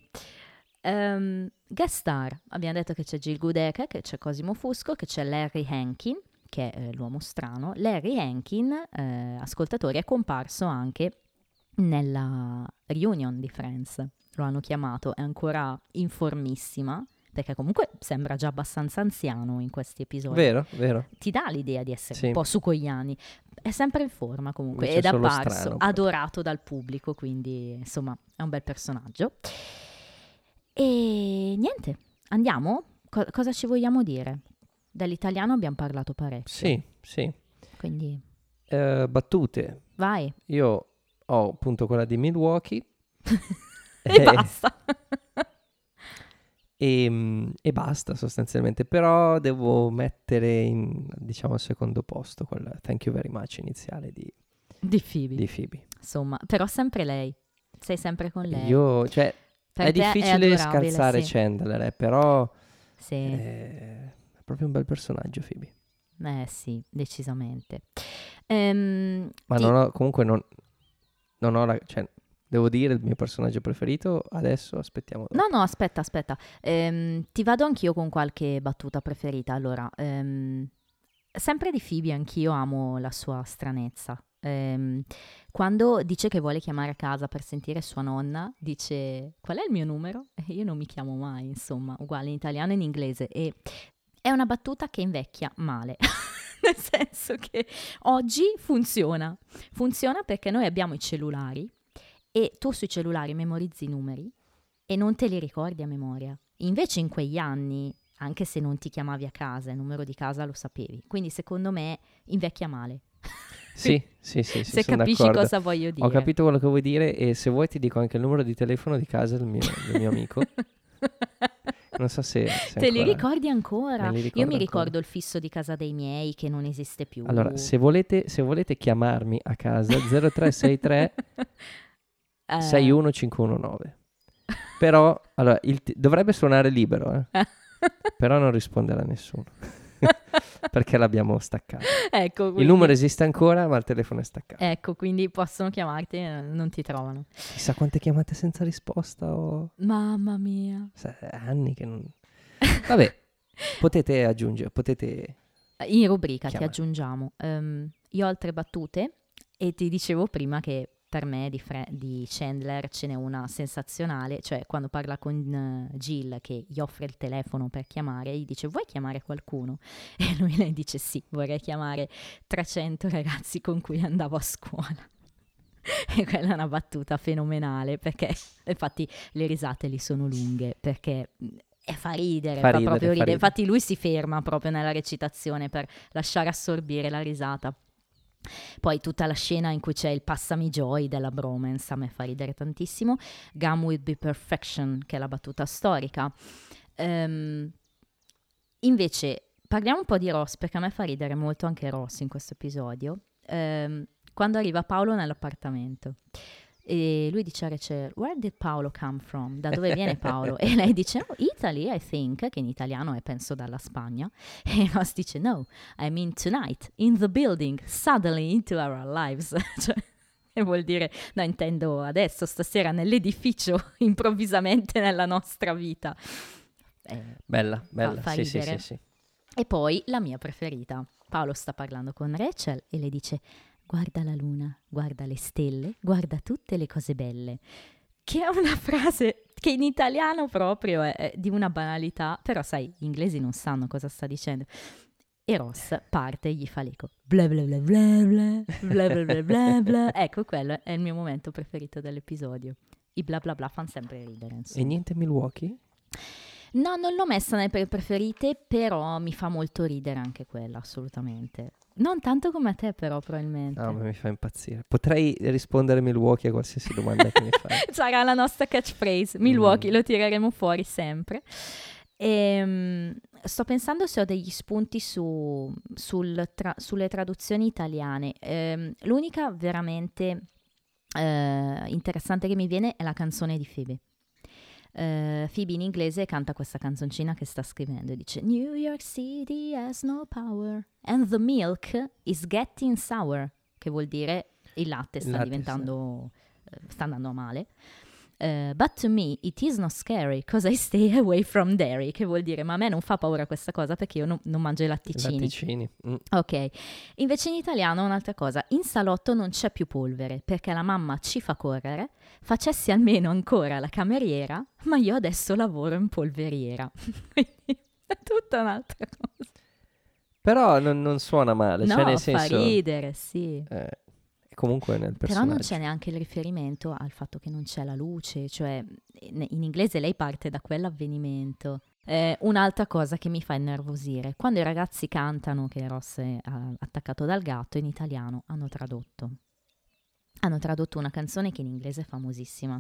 Guest star, abbiamo detto che c'è Jill Goodacre, che c'è Cosimo Fusco, che c'è Larry Hankin, che è l'uomo strano. Larry Hankin, ascoltatori, è comparso anche nella reunion di Friends, lo hanno chiamato, è ancora informissima, perché comunque sembra già abbastanza anziano in questi episodi. Vero. Ti dà l'idea di essere un po' su con gli anni. È sempre in forma comunque, invece ed è apparso, strano, adorato dal pubblico, quindi insomma è un bel personaggio. E niente, andiamo? Cosa ci vogliamo dire? Dall'italiano abbiamo parlato parecchio. Sì. Quindi... battute. Vai. Io ho appunto quella di Milwaukee. E basta. E basta sostanzialmente, però devo mettere in, diciamo, al secondo posto quel thank you very much iniziale di Phoebe. Insomma, però sempre lei, sei sempre con lei. Io, cioè, è difficile scalzare sì. Chandler, però sì. È proprio un bel personaggio Phoebe. Sì, decisamente. Ma comunque non ho cioè, devo dire il mio personaggio preferito adesso, aspettiamo dopo. No, aspetta. Ti vado anch'io con qualche battuta preferita. Allora, Sempre di Phoebe, anch'io amo la sua stranezza. Quando dice che vuole chiamare a casa per sentire sua nonna, dice: qual è il mio numero? E io non mi chiamo mai, insomma, uguale in italiano e in inglese. E è una battuta che invecchia male. Nel senso che oggi funziona. Funziona perché noi abbiamo i cellulari e tu sui cellulari memorizzi i numeri e non te li ricordi a memoria. Invece in quegli anni, anche se non ti chiamavi a casa, il numero di casa lo sapevi. Quindi secondo me invecchia male. Sì, se capisci d'accordo. cosa voglio dire. Ho capito quello che vuoi dire e se vuoi ti dico anche il numero di telefono di casa del mio amico. Non so se te li ancora... ricordi ancora? Me li Io mi ancora. ricordo il fisso di casa dei miei che non esiste più. Allora, se volete chiamarmi a casa 0363 61519. Però allora, dovrebbe suonare libero, però non risponderà nessuno. Perché l'abbiamo staccato. Ecco, quindi, il numero esiste ancora, ma il telefono è staccato. Ecco, quindi possono chiamarti e non ti trovano. Chissà quante chiamate senza risposta ho. Mamma mia. Anni che non... Vabbè, potete aggiungere, In rubrica chiamare. ti aggiungiamo. Io ho altre battute e ti dicevo prima che per me di Chandler ce n'è una sensazionale, cioè quando parla con Jill che gli offre il telefono per chiamare, gli dice: vuoi chiamare qualcuno? E lei dice: sì, vorrei chiamare 300 ragazzi con cui andavo a scuola. E quella è una battuta fenomenale, perché infatti le risate lì sono lunghe, perché fa ridere, fa proprio ridere. Infatti lui si ferma proprio nella recitazione per lasciare assorbire la risata. Poi tutta la scena in cui c'è il passami joy della bromance a me fa ridere tantissimo. Gum will be perfection, che è la battuta storica. Invece parliamo un po' di Ross, perché a me fa ridere molto anche Ross in questo episodio. Quando arriva Paolo nell'appartamento e lui dice a Rachel: where did Paolo come from? Da dove viene Paolo? E lei dice: oh, Italy, I think, che in italiano è penso dalla Spagna. E Ross dice: no, I mean tonight, in the building, suddenly into our lives. Cioè, e vuol dire, no, intendo adesso, stasera nell'edificio, improvvisamente nella nostra vita. Bella, fa ridere. Sì. E poi la mia preferita. Paolo sta parlando con Rachel e le dice: guarda la luna, guarda le stelle, guarda tutte le cose belle. Che è una frase che in italiano proprio è di una banalità, però sai, gli inglesi non sanno cosa sta dicendo. E Ross parte e gli fa l'eco. Bla bla bla bla bla, bla bla bla bla bla. Ecco, quello è il mio momento preferito dell'episodio. I bla bla bla fanno sempre ridere, insomma. E niente Milwaukee? No, non l'ho messa nelle preferite, però mi fa molto ridere anche quella, assolutamente. Non tanto come a te, però, probabilmente. No, ma mi fa impazzire. Potrei rispondere Milwaukee a qualsiasi domanda che mi fai. Sarà la nostra catchphrase. Milwaukee, lo tireremo fuori sempre. Sto pensando se ho degli spunti sulle traduzioni italiane. L'unica veramente interessante che mi viene è la canzone di Phoebe. Phoebe in inglese canta questa canzoncina che sta scrivendo e dice: New York City has no power and the milk is getting sour, che vuol dire il latte sta diventando sta andando a male. But to me it is not scary because I stay away from dairy, che vuol dire ma a me non fa paura questa cosa perché io non mangio i latticini. Ok, invece in italiano un'altra cosa: in salotto non c'è più polvere perché la mamma ci fa correre, facessi almeno ancora la cameriera, ma io adesso lavoro in polveriera. Quindi è tutta un'altra cosa, però non suona male, no, cioè nel senso fa ridere, sì. Comunque nel personaggio. Però non c'è neanche il riferimento al fatto che non c'è la luce, cioè in inglese lei parte da quell'avvenimento. Un'altra cosa che mi fa innervosire: quando i ragazzi cantano che Ross è attaccato dal gatto, in italiano hanno tradotto una canzone che in inglese è famosissima.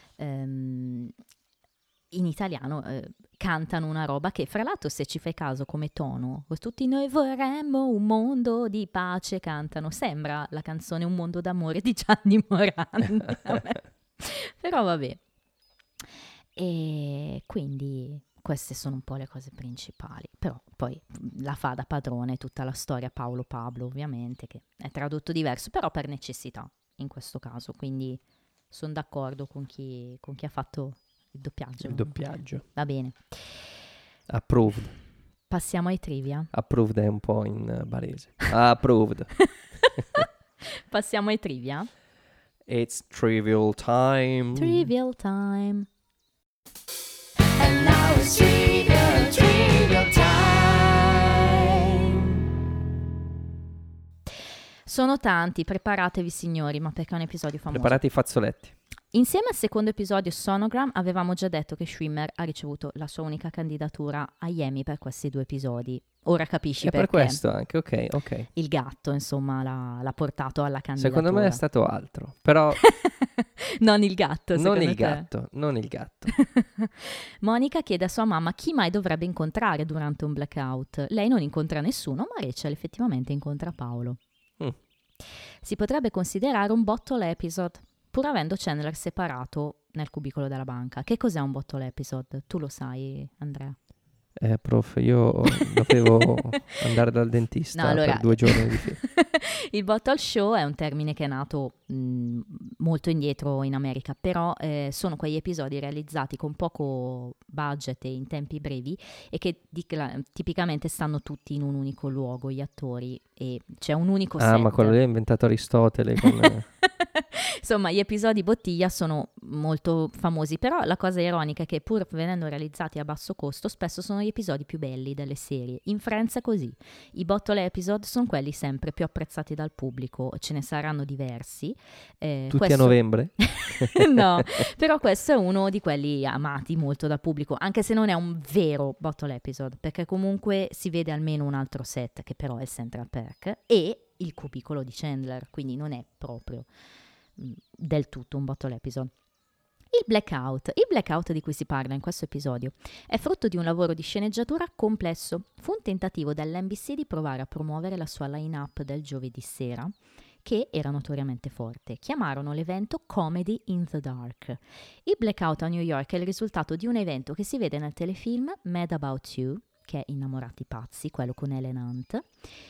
In italiano cantano una roba che, fra l'altro, se ci fai caso come tono, tutti noi vorremmo un mondo di pace, cantano, sembra la canzone Un mondo d'amore di Gianni Morandi. Però vabbè. E quindi queste sono un po' le cose principali, però poi la fa da padrone tutta la storia Paolo Pablo, ovviamente, che è tradotto diverso, però per necessità in questo caso, quindi sono d'accordo con chi ha fatto il doppiaggio. Il doppiaggio. Va bene. Approved. Passiamo ai trivia. Approved è un po' in barese. Approved. Passiamo ai trivia. It's trivial time. Trivial time. And now it's trivial time. Sono tanti, preparatevi signori, ma perché è un episodio famoso. Preparate i fazzoletti. Insieme al secondo episodio Sonogram avevamo già detto che Schwimmer ha ricevuto la sua unica candidatura agli Emmy per questi 2 episodi. Ora capisci È perché. per questo anche, ok. Il gatto, insomma, l'ha portato alla candidatura. Secondo me è stato altro, però Non il gatto, non secondo il te. gatto, non il gatto. Monica chiede a sua mamma chi mai dovrebbe incontrare durante un blackout. Lei non incontra nessuno, ma Rachel effettivamente incontra Paolo. Mm. Si potrebbe considerare un bottle episode, pur avendo Chandler separato nel cubicolo della banca. Che cos'è un bottle episode? Tu lo sai, Andrea? Prof, io dovevo andare dal dentista No, allora- per 2 giorni di fila. Il bottle show è un termine che è nato molto indietro in America, però sono quegli episodi realizzati con poco budget e in tempi brevi e che tipicamente stanno tutti in un unico luogo, gli attori, e c'è un unico set. Ma quello lì ha inventato Aristotele. Insomma, gli episodi bottiglia sono molto famosi, però la cosa ironica è che pur venendo realizzati a basso costo, spesso sono gli episodi più belli delle serie. In Friends è così. I bottle episode sono quelli sempre più apprezzati dal pubblico, ce ne saranno diversi. Tutti Questo- a novembre? No, però questo è uno di quelli amati molto dal pubblico, anche se non è un vero bottle episode, perché comunque si vede almeno un altro set, che però è il Central Perk, e il cubicolo di Chandler, quindi non è proprio del tutto un bottle episode. Il blackout di cui si parla in questo episodio è frutto di un lavoro di sceneggiatura complesso. Fu un tentativo dell'NBC di provare a promuovere la sua line-up del giovedì sera, che era notoriamente forte. Chiamarono l'evento Comedy in the Dark. Il blackout a New York è il risultato di un evento che si vede nel telefilm Mad About You, che è Innamorati Pazzi, quello con Helen Hunt,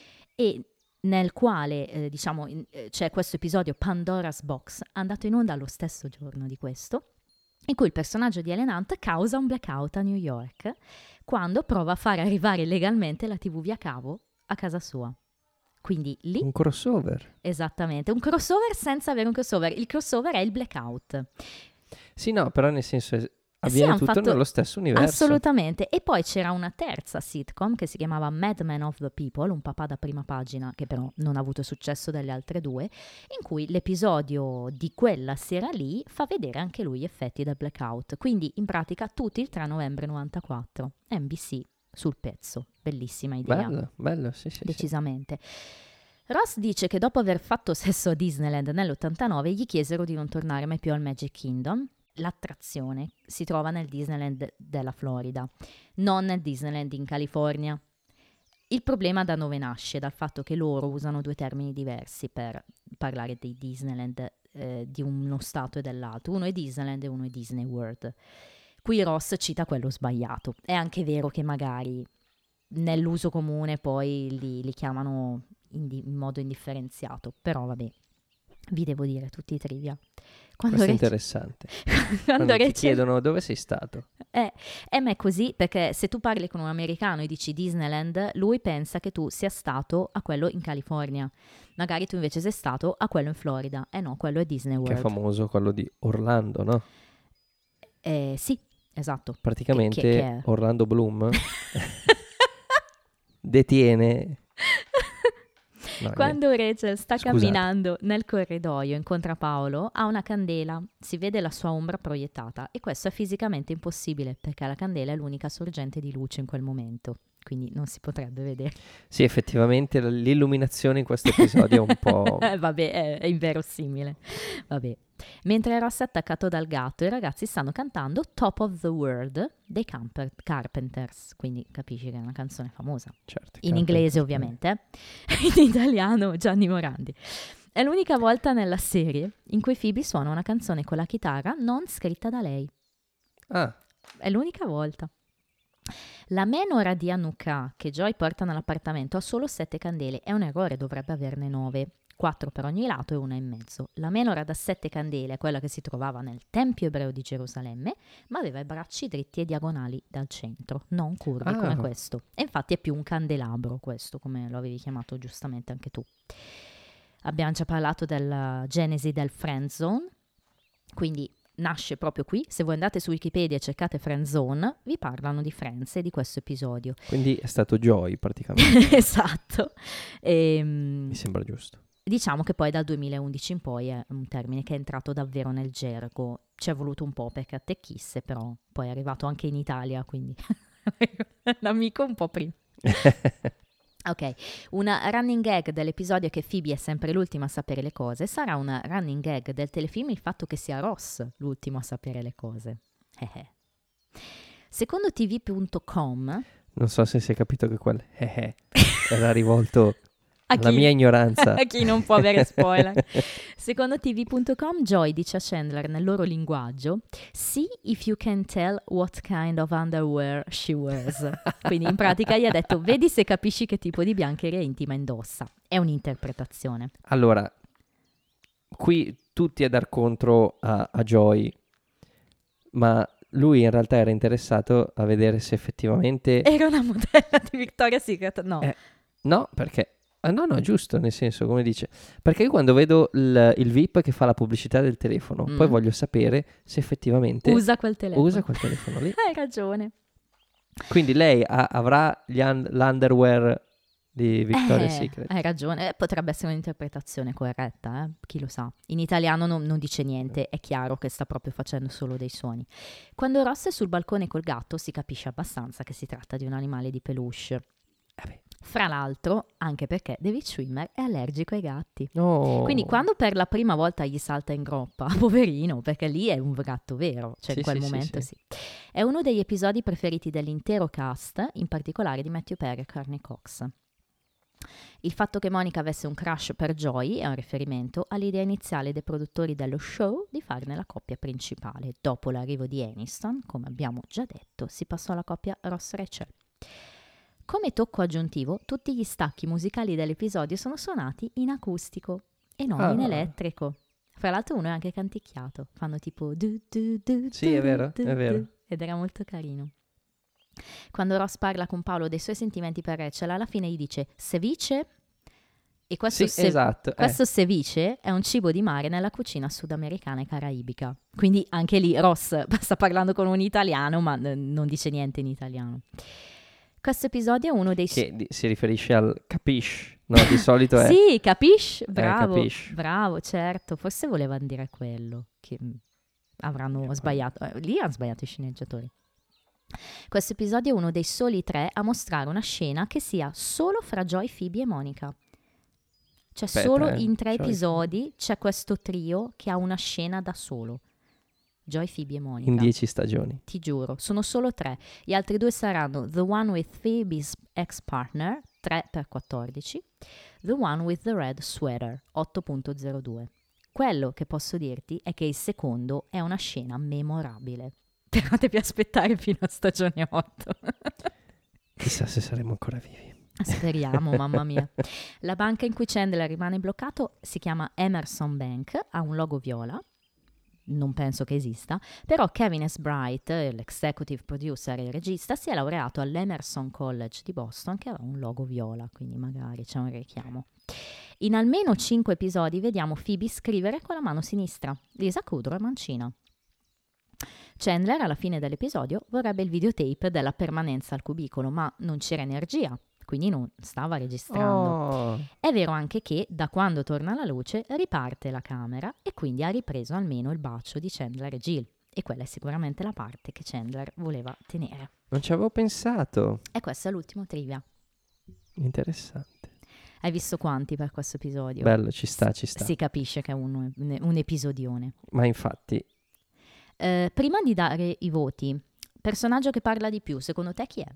e nel quale c'è questo episodio Pandora's Box, andato in onda lo stesso giorno di questo, in cui il personaggio di Helen Hunt causa un blackout a New York quando prova a far arrivare legalmente la TV via cavo a casa sua. Quindi lì, Un crossover. esattamente, un crossover senza avere un crossover. Il crossover è il blackout. Sì, no, però nel senso avviene han tutto fatto- nello stesso universo. Assolutamente. E poi c'era una terza sitcom che si chiamava Mad Men of the People, un papà da prima pagina che però non ha avuto successo delle altre 2, in cui l'episodio di quella sera lì fa vedere anche lui gli effetti del blackout. Quindi in pratica tutti il 3 novembre 94. NBC sul pezzo. Bellissima idea. Bello, sì. Decisamente. Ross dice che dopo aver fatto sesso a Disneyland nell'89 gli chiesero di non tornare mai più al Magic Kingdom. L'attrazione si trova nel Disneyland della Florida, non nel Disneyland in California. Il problema da dove nasce? Dal fatto che loro usano 2 termini diversi per parlare dei Disneyland di uno stato e dell'altro. Uno è Disneyland e uno è Disney World. Qui Ross cita quello sbagliato. È anche vero che magari nell'uso comune poi li chiamano in modo indifferenziato, però vabbè, vi devo dire tutti i trivia. Questo è interessante. Quando Quando ti Rachel- chiedono dove sei stato. ma è così, perché se tu parli con un americano e dici Disneyland, lui pensa che tu sia stato a quello in California. Magari tu invece sei stato a quello in Florida. No, quello è Disney Che è World. famoso quello di Orlando, no? Sì, esatto. Praticamente Che è? Orlando Bloom detiene... No, Quando Rachel sta Scusate. camminando nel corridoio incontra Paolo, ha una candela, si vede la sua ombra proiettata e questo è fisicamente impossibile perché la candela è l'unica sorgente di luce in quel momento, quindi non si potrebbe vedere. Sì, effettivamente l'illuminazione in questo episodio è un po'... Vabbè, è inverosimile. Vabbè. Mentre Ross è attaccato dal gatto, i ragazzi stanno cantando Top of the World dei Carpenters, quindi capisci che è una canzone famosa. Certo, In inglese ovviamente, in italiano Gianni Morandi. È l'unica volta nella serie in cui Phoebe suona una canzone con la chitarra non scritta da lei. Ah, È l'unica volta. La menora di Hanukkah che Joy porta nell'appartamento ha solo 7 candele. È un errore, dovrebbe averne 9. 4 per ogni lato e una in mezzo. La menora da 7 candele è quella che si trovava nel Tempio ebreo di Gerusalemme, ma aveva i bracci dritti e diagonali dal centro, non curvi come questo. E infatti è più un candelabro questo, come lo avevi chiamato giustamente anche tu. Abbiamo già parlato della genesi del friend zone, quindi nasce proprio qui. Se voi andate su Wikipedia e cercate friend zone, vi parlano di Friends e di questo episodio. Quindi è stato Joy praticamente. Esatto. Mi sembra giusto. Diciamo che poi dal 2011 in poi è un termine che è entrato davvero nel gergo. Ci è voluto un po' perché attecchisse, però poi è arrivato anche in Italia, quindi l'amico un po' prima. Ok, una running gag dell'episodio che Phoebe è sempre l'ultima a sapere le cose sarà una running gag del telefilm il fatto che sia Ross l'ultimo a sapere le cose. Secondo tv.com... Non so se si è capito che quel era rivolto A alla chi? mia ignoranza. A chi non può avere spoiler. Secondo tv.com, Joy dice a Chandler nel loro linguaggio: "See if you can tell what kind of underwear she wears." Quindi in pratica gli ha detto: "Vedi se capisci che tipo di biancheria intima indossa." È un'interpretazione. Allora, qui tutti a dar contro a Joy, ma lui in realtà era interessato a vedere se effettivamente... Era una modella di Victoria's Secret? No. No, perché... no, giusto, nel senso, come dice. Perché io quando vedo il VIP che fa la pubblicità del telefono, poi voglio sapere se effettivamente Usa quel telefono. usa quel telefono lì. Hai ragione. Quindi lei avrà l'underwear di Victoria's Secret. Hai ragione, potrebbe essere un'interpretazione corretta, chi lo sa. In italiano non dice niente, è chiaro che sta proprio facendo solo dei suoni. Quando Ross è sul balcone col gatto si capisce abbastanza che si tratta di un animale di peluche. Fra l'altro, anche perché David Schwimmer è allergico ai gatti. No. Quindi quando per la prima volta gli salta in groppa, poverino, perché lì è un gatto vero, cioè Sì, in quel sì, momento sì. È uno degli episodi preferiti dell'intero cast, in particolare di Matthew Perry e Courtney Cox. Il fatto che Monica avesse un crush per Joy è un riferimento all'idea iniziale dei produttori dello show di farne la coppia principale. Dopo l'arrivo di Aniston, come abbiamo già detto, si passò alla coppia Ross-Rachel. Come tocco aggiuntivo, tutti gli stacchi musicali dell'episodio sono suonati in acustico e non in elettrico. Fra l'altro uno è anche canticchiato, fanno tipo du du du. Sì, du, è vero, du, è vero. du, ed era molto carino. Quando Ross parla con Paolo dei suoi sentimenti per Rachel, alla fine gli dice ceviche, e questo, Sì, esatto. questo ceviche è un cibo di mare nella cucina sudamericana e caraibica. Quindi anche lì Ross sta parlando con un italiano, ma non dice niente in italiano. Questo episodio è uno dei... Che si riferisce al capish, no? Di solito è... Sì, capisci? Bravo, capisci. bravo, certo. Forse volevano dire quello, che avranno sbagliato. Lì hanno sbagliato i sceneggiatori. Questo episodio è uno dei soli 3 a mostrare una scena che sia solo fra Joy, Phoebe e Monica. Cioè solo in 3 Joy, episodi c'è questo trio che ha una scena da solo. Joy, Phoebe e Monica. In 10 stagioni. Ti giuro, sono solo 3. Gli altri 2 saranno The One with Phoebe's ex-partner, 3x14, The One with the Red Sweater, 8.02. Quello che posso dirti è che il secondo è una scena memorabile. Però devi aspettare fino a stagione 8. Chissà se saremo ancora vivi. Speriamo, mamma mia. La banca in cui Chandler rimane bloccato si chiama Emerson Bank, ha un logo viola. Non penso che esista, però Kevin S. Bright, l'executive producer e il regista, si è laureato all'Emerson College di Boston, che aveva un logo viola, quindi magari c'è un richiamo. In almeno 5 episodi vediamo Phoebe scrivere con la mano sinistra, Lisa Kudrow è mancina. Chandler alla fine dell'episodio vorrebbe il videotape della permanenza al cubicolo, ma non c'era energia, quindi non stava registrando. Oh. È vero anche che da quando torna la luce riparte la camera e quindi ha ripreso almeno il bacio di Chandler e Jill. E quella è sicuramente la parte che Chandler voleva tenere. Non ci avevo pensato. E questo è l'ultimo trivia. Interessante. Hai visto quanti per questo episodio? Bello, ci sta, ci sta. Si capisce che è un episodione. Ma infatti, Prima di dare i voti, personaggio che parla di più, secondo te chi è?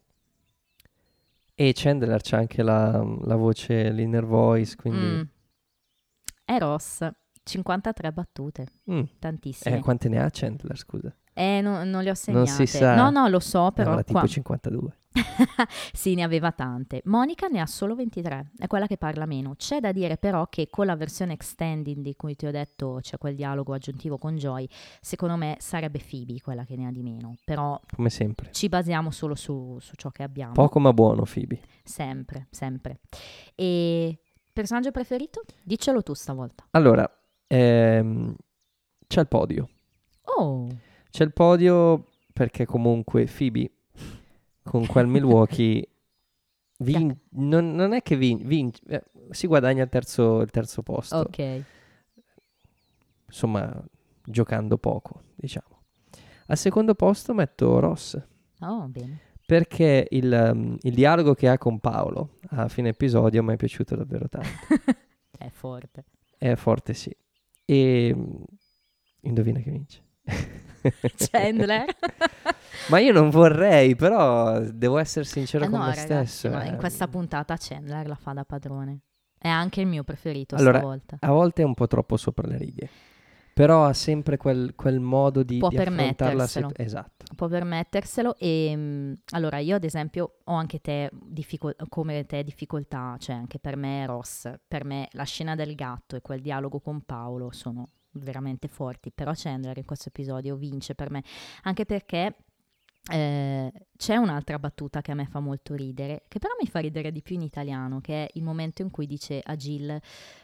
e Chandler c'ha anche la voce, l'inner voice, quindi... È Ross, 53 battute, tantissime. Quante ne ha Chandler, scusa? Non le ho segnate. si sa. No, lo so, però Avrà tipo qua... 52. Sì, ne aveva tante. Monica ne ha solo 23, è quella che parla meno. C'è da dire però che con la versione extended di cui ti ho detto c'è quel dialogo aggiuntivo con Joy, secondo me sarebbe Phoebe quella che ne ha di meno. Però Come sempre. ci basiamo solo su ciò che abbiamo. Poco ma buono, Phoebe. Sempre, sempre. E personaggio preferito? Diccelo tu stavolta. Allora, c'è il podio. Oh, C'è il podio perché comunque Phoebe con quel Milwaukee non è che vince, si guadagna il terzo posto. ok. Insomma, giocando poco, diciamo. Al secondo posto metto Ross, Oh, bene. perché il dialogo che ha con Paolo a fine episodio mi è piaciuto davvero tanto. È forte. È forte, sì. E indovina che vince. Chandler. Ma io non vorrei, però devo essere sincero con No, me ragazzi, stesso. ma in questa puntata Chandler la fa da padrone. È anche il mio preferito Allora, stavolta. a volte è un po' troppo sopra le righe, però ha sempre quel modo di Può affrontare la permetterselo. Esatto. Può permetterselo e allora io ad esempio ho anche come te difficoltà, cioè anche per me Ross, per me la scena del gatto e quel dialogo con Paolo sono veramente forti, però Chandler in questo episodio vince per me, anche perché c'è un'altra battuta che a me fa molto ridere, che però mi fa ridere di più in italiano, che è il momento in cui dice a Jill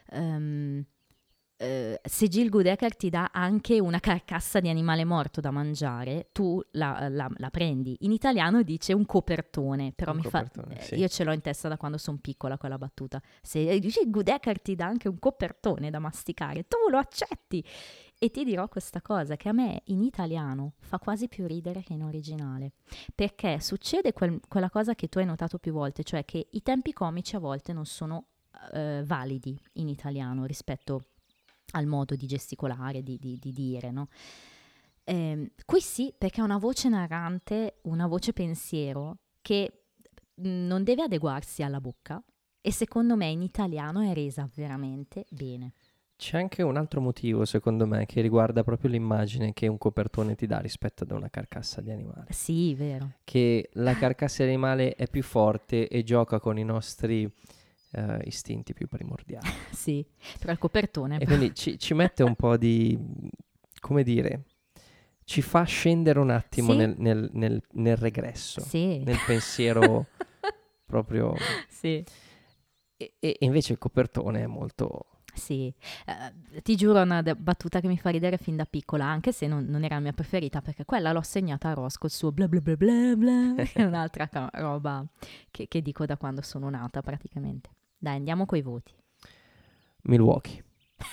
se Jill Goodacre ti dà anche una carcassa di animale morto da mangiare, tu la prendi. In italiano dice un copertone, però Un mi copertone, fa... sì. Io ce l'ho in testa da quando sono piccola quella battuta. Se Jill Goodacre ti dà anche un copertone da masticare, tu lo accetti. E ti dirò questa cosa, che a me in italiano fa quasi più ridere che in originale, perché succede quella cosa che tu hai notato più volte, cioè che i tempi comici a volte non sono validi in italiano rispetto al modo di gesticolare, di dire, no? Qui sì, perché è una voce narrante, una voce pensiero che non deve adeguarsi alla bocca e secondo me in italiano è resa veramente bene. C'è anche un altro motivo, secondo me, che riguarda proprio l'immagine che un copertone ti dà rispetto ad una carcassa di animale. Sì, vero. Che la carcassa di animale è più forte e gioca con i nostri istinti più primordiali. Sì, però il copertone... E quindi ci mette un po' di, come dire, ci fa scendere un attimo Sì. nel regresso, Sì. nel pensiero proprio... Sì. E invece il copertone è molto... Sì, ti giuro è una battuta che mi fa ridere fin da piccola, anche se non era la mia preferita, perché quella l'ho segnata a Ross col suo bla bla bla bla bla, che è un'altra roba che dico da quando sono nata praticamente. Dai, andiamo coi voti. Milwaukee.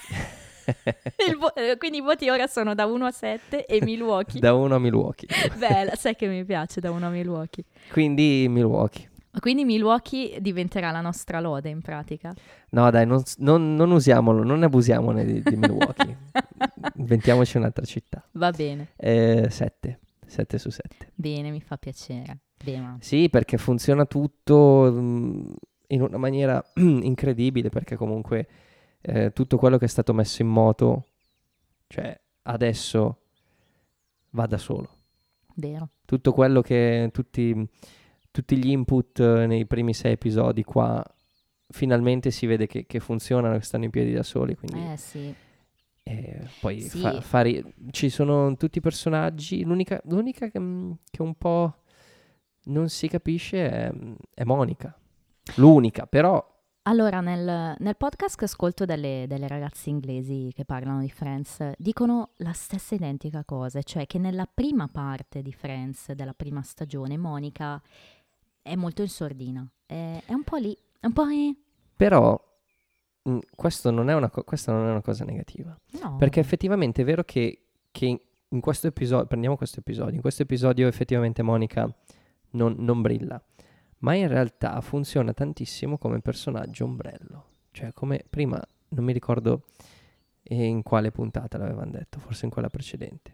Quindi i voti ora sono da 1 a 7 e Milwaukee. Da 1 a Milwaukee. Bella, sai che mi piace da 1 a Milwaukee. Quindi Milwaukee. Quindi Milwaukee diventerà la nostra lode in pratica. No dai, non usiamolo, non abusiamone di Milwaukee. Inventiamoci un'altra città. Va bene, 7 su 7. bene, mi fa piacere. Beh, ma... Sì, perché funziona tutto in una maniera incredibile, perché comunque tutto quello che è stato messo in moto, cioè adesso va da solo. Vero. Tutto quello che tutti gli input nei primi 6 episodi qua finalmente si vede che funzionano, che stanno in piedi da soli, quindi Sì. poi Sì. ci sono tutti i personaggi. L'unica che un po' non si capisce è Monica, l'unica, però Allora, nel podcast che ascolto delle ragazze inglesi che parlano di Friends, dicono la stessa identica cosa, cioè che nella prima parte di Friends, della prima stagione, Monica è molto in sordina, è un po' lì, è un po'... però questa non è una cosa negativa, No, perché effettivamente è vero che in questo episodio, prendiamo questo episodio, in questo episodio effettivamente Monica non brilla, ma in realtà funziona tantissimo come personaggio ombrello, cioè come prima, non mi ricordo in quale puntata l'avevano detto, forse in quella precedente,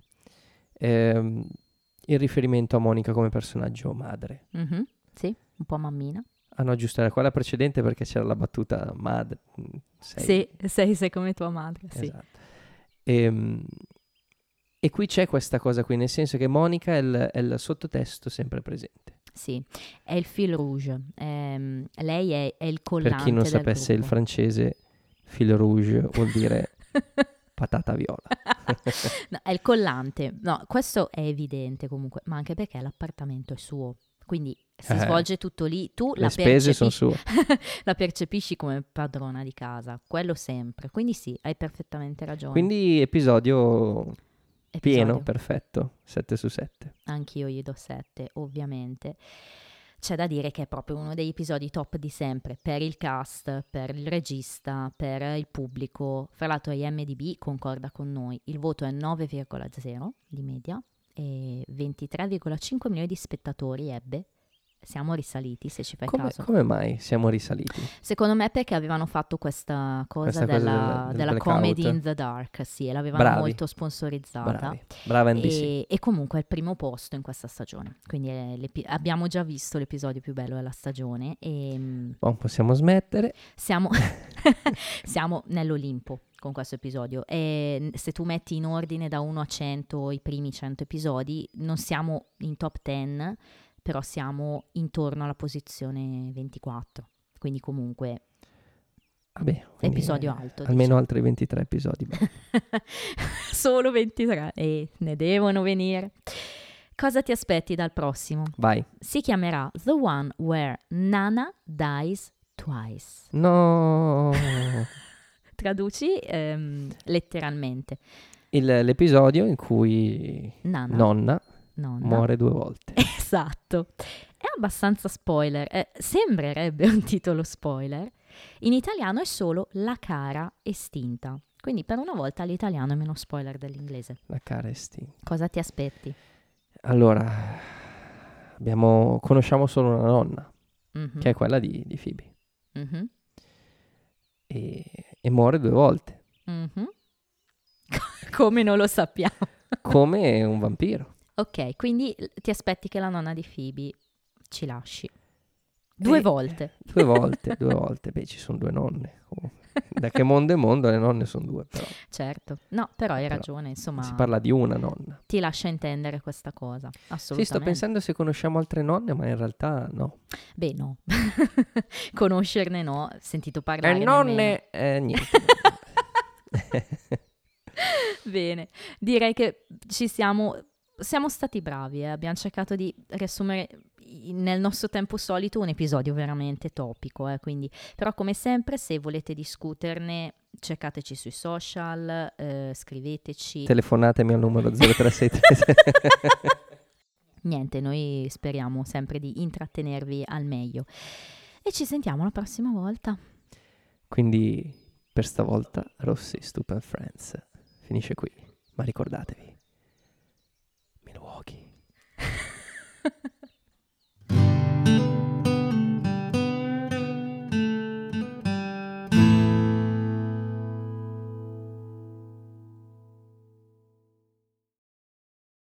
il riferimento a Monica come personaggio madre. Mhm, sì, un po' mammina. Ah no, giusto, era quella precedente perché c'era la battuta madre. Sei come tua madre, sì. Esatto. E qui c'è questa cosa qui, nel senso che Monica è il sottotesto sempre presente. Sì, è il fil rouge. Lei è il collante Per chi non del sapesse il gruppo. francese, fil rouge vuol dire patata viola. No, è il collante. No, questo è evidente comunque, ma anche perché l'appartamento è suo. Quindi si svolge tutto lì. Tu Le la spese sono percepisci, sue. la percepisci come padrona di casa, quello sempre. Quindi sì, hai perfettamente ragione. Quindi episodio pieno, Episodio. perfetto, 7 su 7. Anch'io gli do 7, ovviamente. C'è da dire che è proprio uno degli episodi top di sempre per il cast, per il regista, per il pubblico. Fra l'altro IMDb concorda con noi, il voto è 9,0 di media e 23,5 milioni di spettatori ebbe. Siamo risaliti, se ci fai caso. Come mai siamo risaliti? Secondo me perché avevano fatto questa cosa Questa cosa della, del della blackout. comedy in the dark, sì, e l'avevano Bravi. molto sponsorizzata. Bravi. Brava NBC. E comunque è il primo posto in questa stagione, quindi abbiamo già visto l'episodio più bello della stagione e Bon, possiamo smettere. siamo, siamo nell'Olimpo con questo episodio e se tu metti in ordine da 1 a 100 i primi 100 episodi, non siamo in top 10, però siamo intorno alla posizione 24, quindi comunque Vabbè, quindi, episodio alto. Almeno diciamo. altri 23 episodi. Solo 23 e ne devono venire. Cosa ti aspetti dal prossimo? Vai. Si chiamerà The One Where Nana Dies Twice. No. Traduci letteralmente. L'episodio in cui Nonna. nonna muore 2 volte. Esatto. È abbastanza spoiler. Sembrerebbe un titolo spoiler. In italiano è solo La cara estinta. Quindi per una volta l'italiano è meno spoiler dell'inglese. La cara estinta. Cosa ti aspetti? Allora, conosciamo solo una nonna, Mhm. che è quella di Phoebe. Mhm. E muore 2 volte, Mhm. Come non lo sappiamo. come un vampiro. Ok, quindi ti aspetti che la nonna di Phoebe ci lasci. 2 volte. 2 volte, 2 volte. Beh, ci sono 2 nonne. Da che mondo è mondo, le nonne sono 2, però. Certo. No, però hai Però ragione, insomma, si parla di una nonna. ti lascia intendere questa cosa. Assolutamente. Sì, sto pensando se conosciamo altre nonne, ma in realtà no. Beh, no. Conoscerne no, sentito parlare E nemmeno. nonne, niente. Bene, direi che siamo stati bravi, abbiamo cercato di riassumere nel nostro tempo solito un episodio veramente topico, quindi, però come sempre se volete discuterne cercateci sui social, scriveteci, Telefonatemi al numero 0363. niente, noi speriamo sempre di intrattenervi al meglio e ci sentiamo la prossima volta. Quindi per stavolta Rossi Stupid Friends finisce qui, ma ricordatevi, Milwaukee.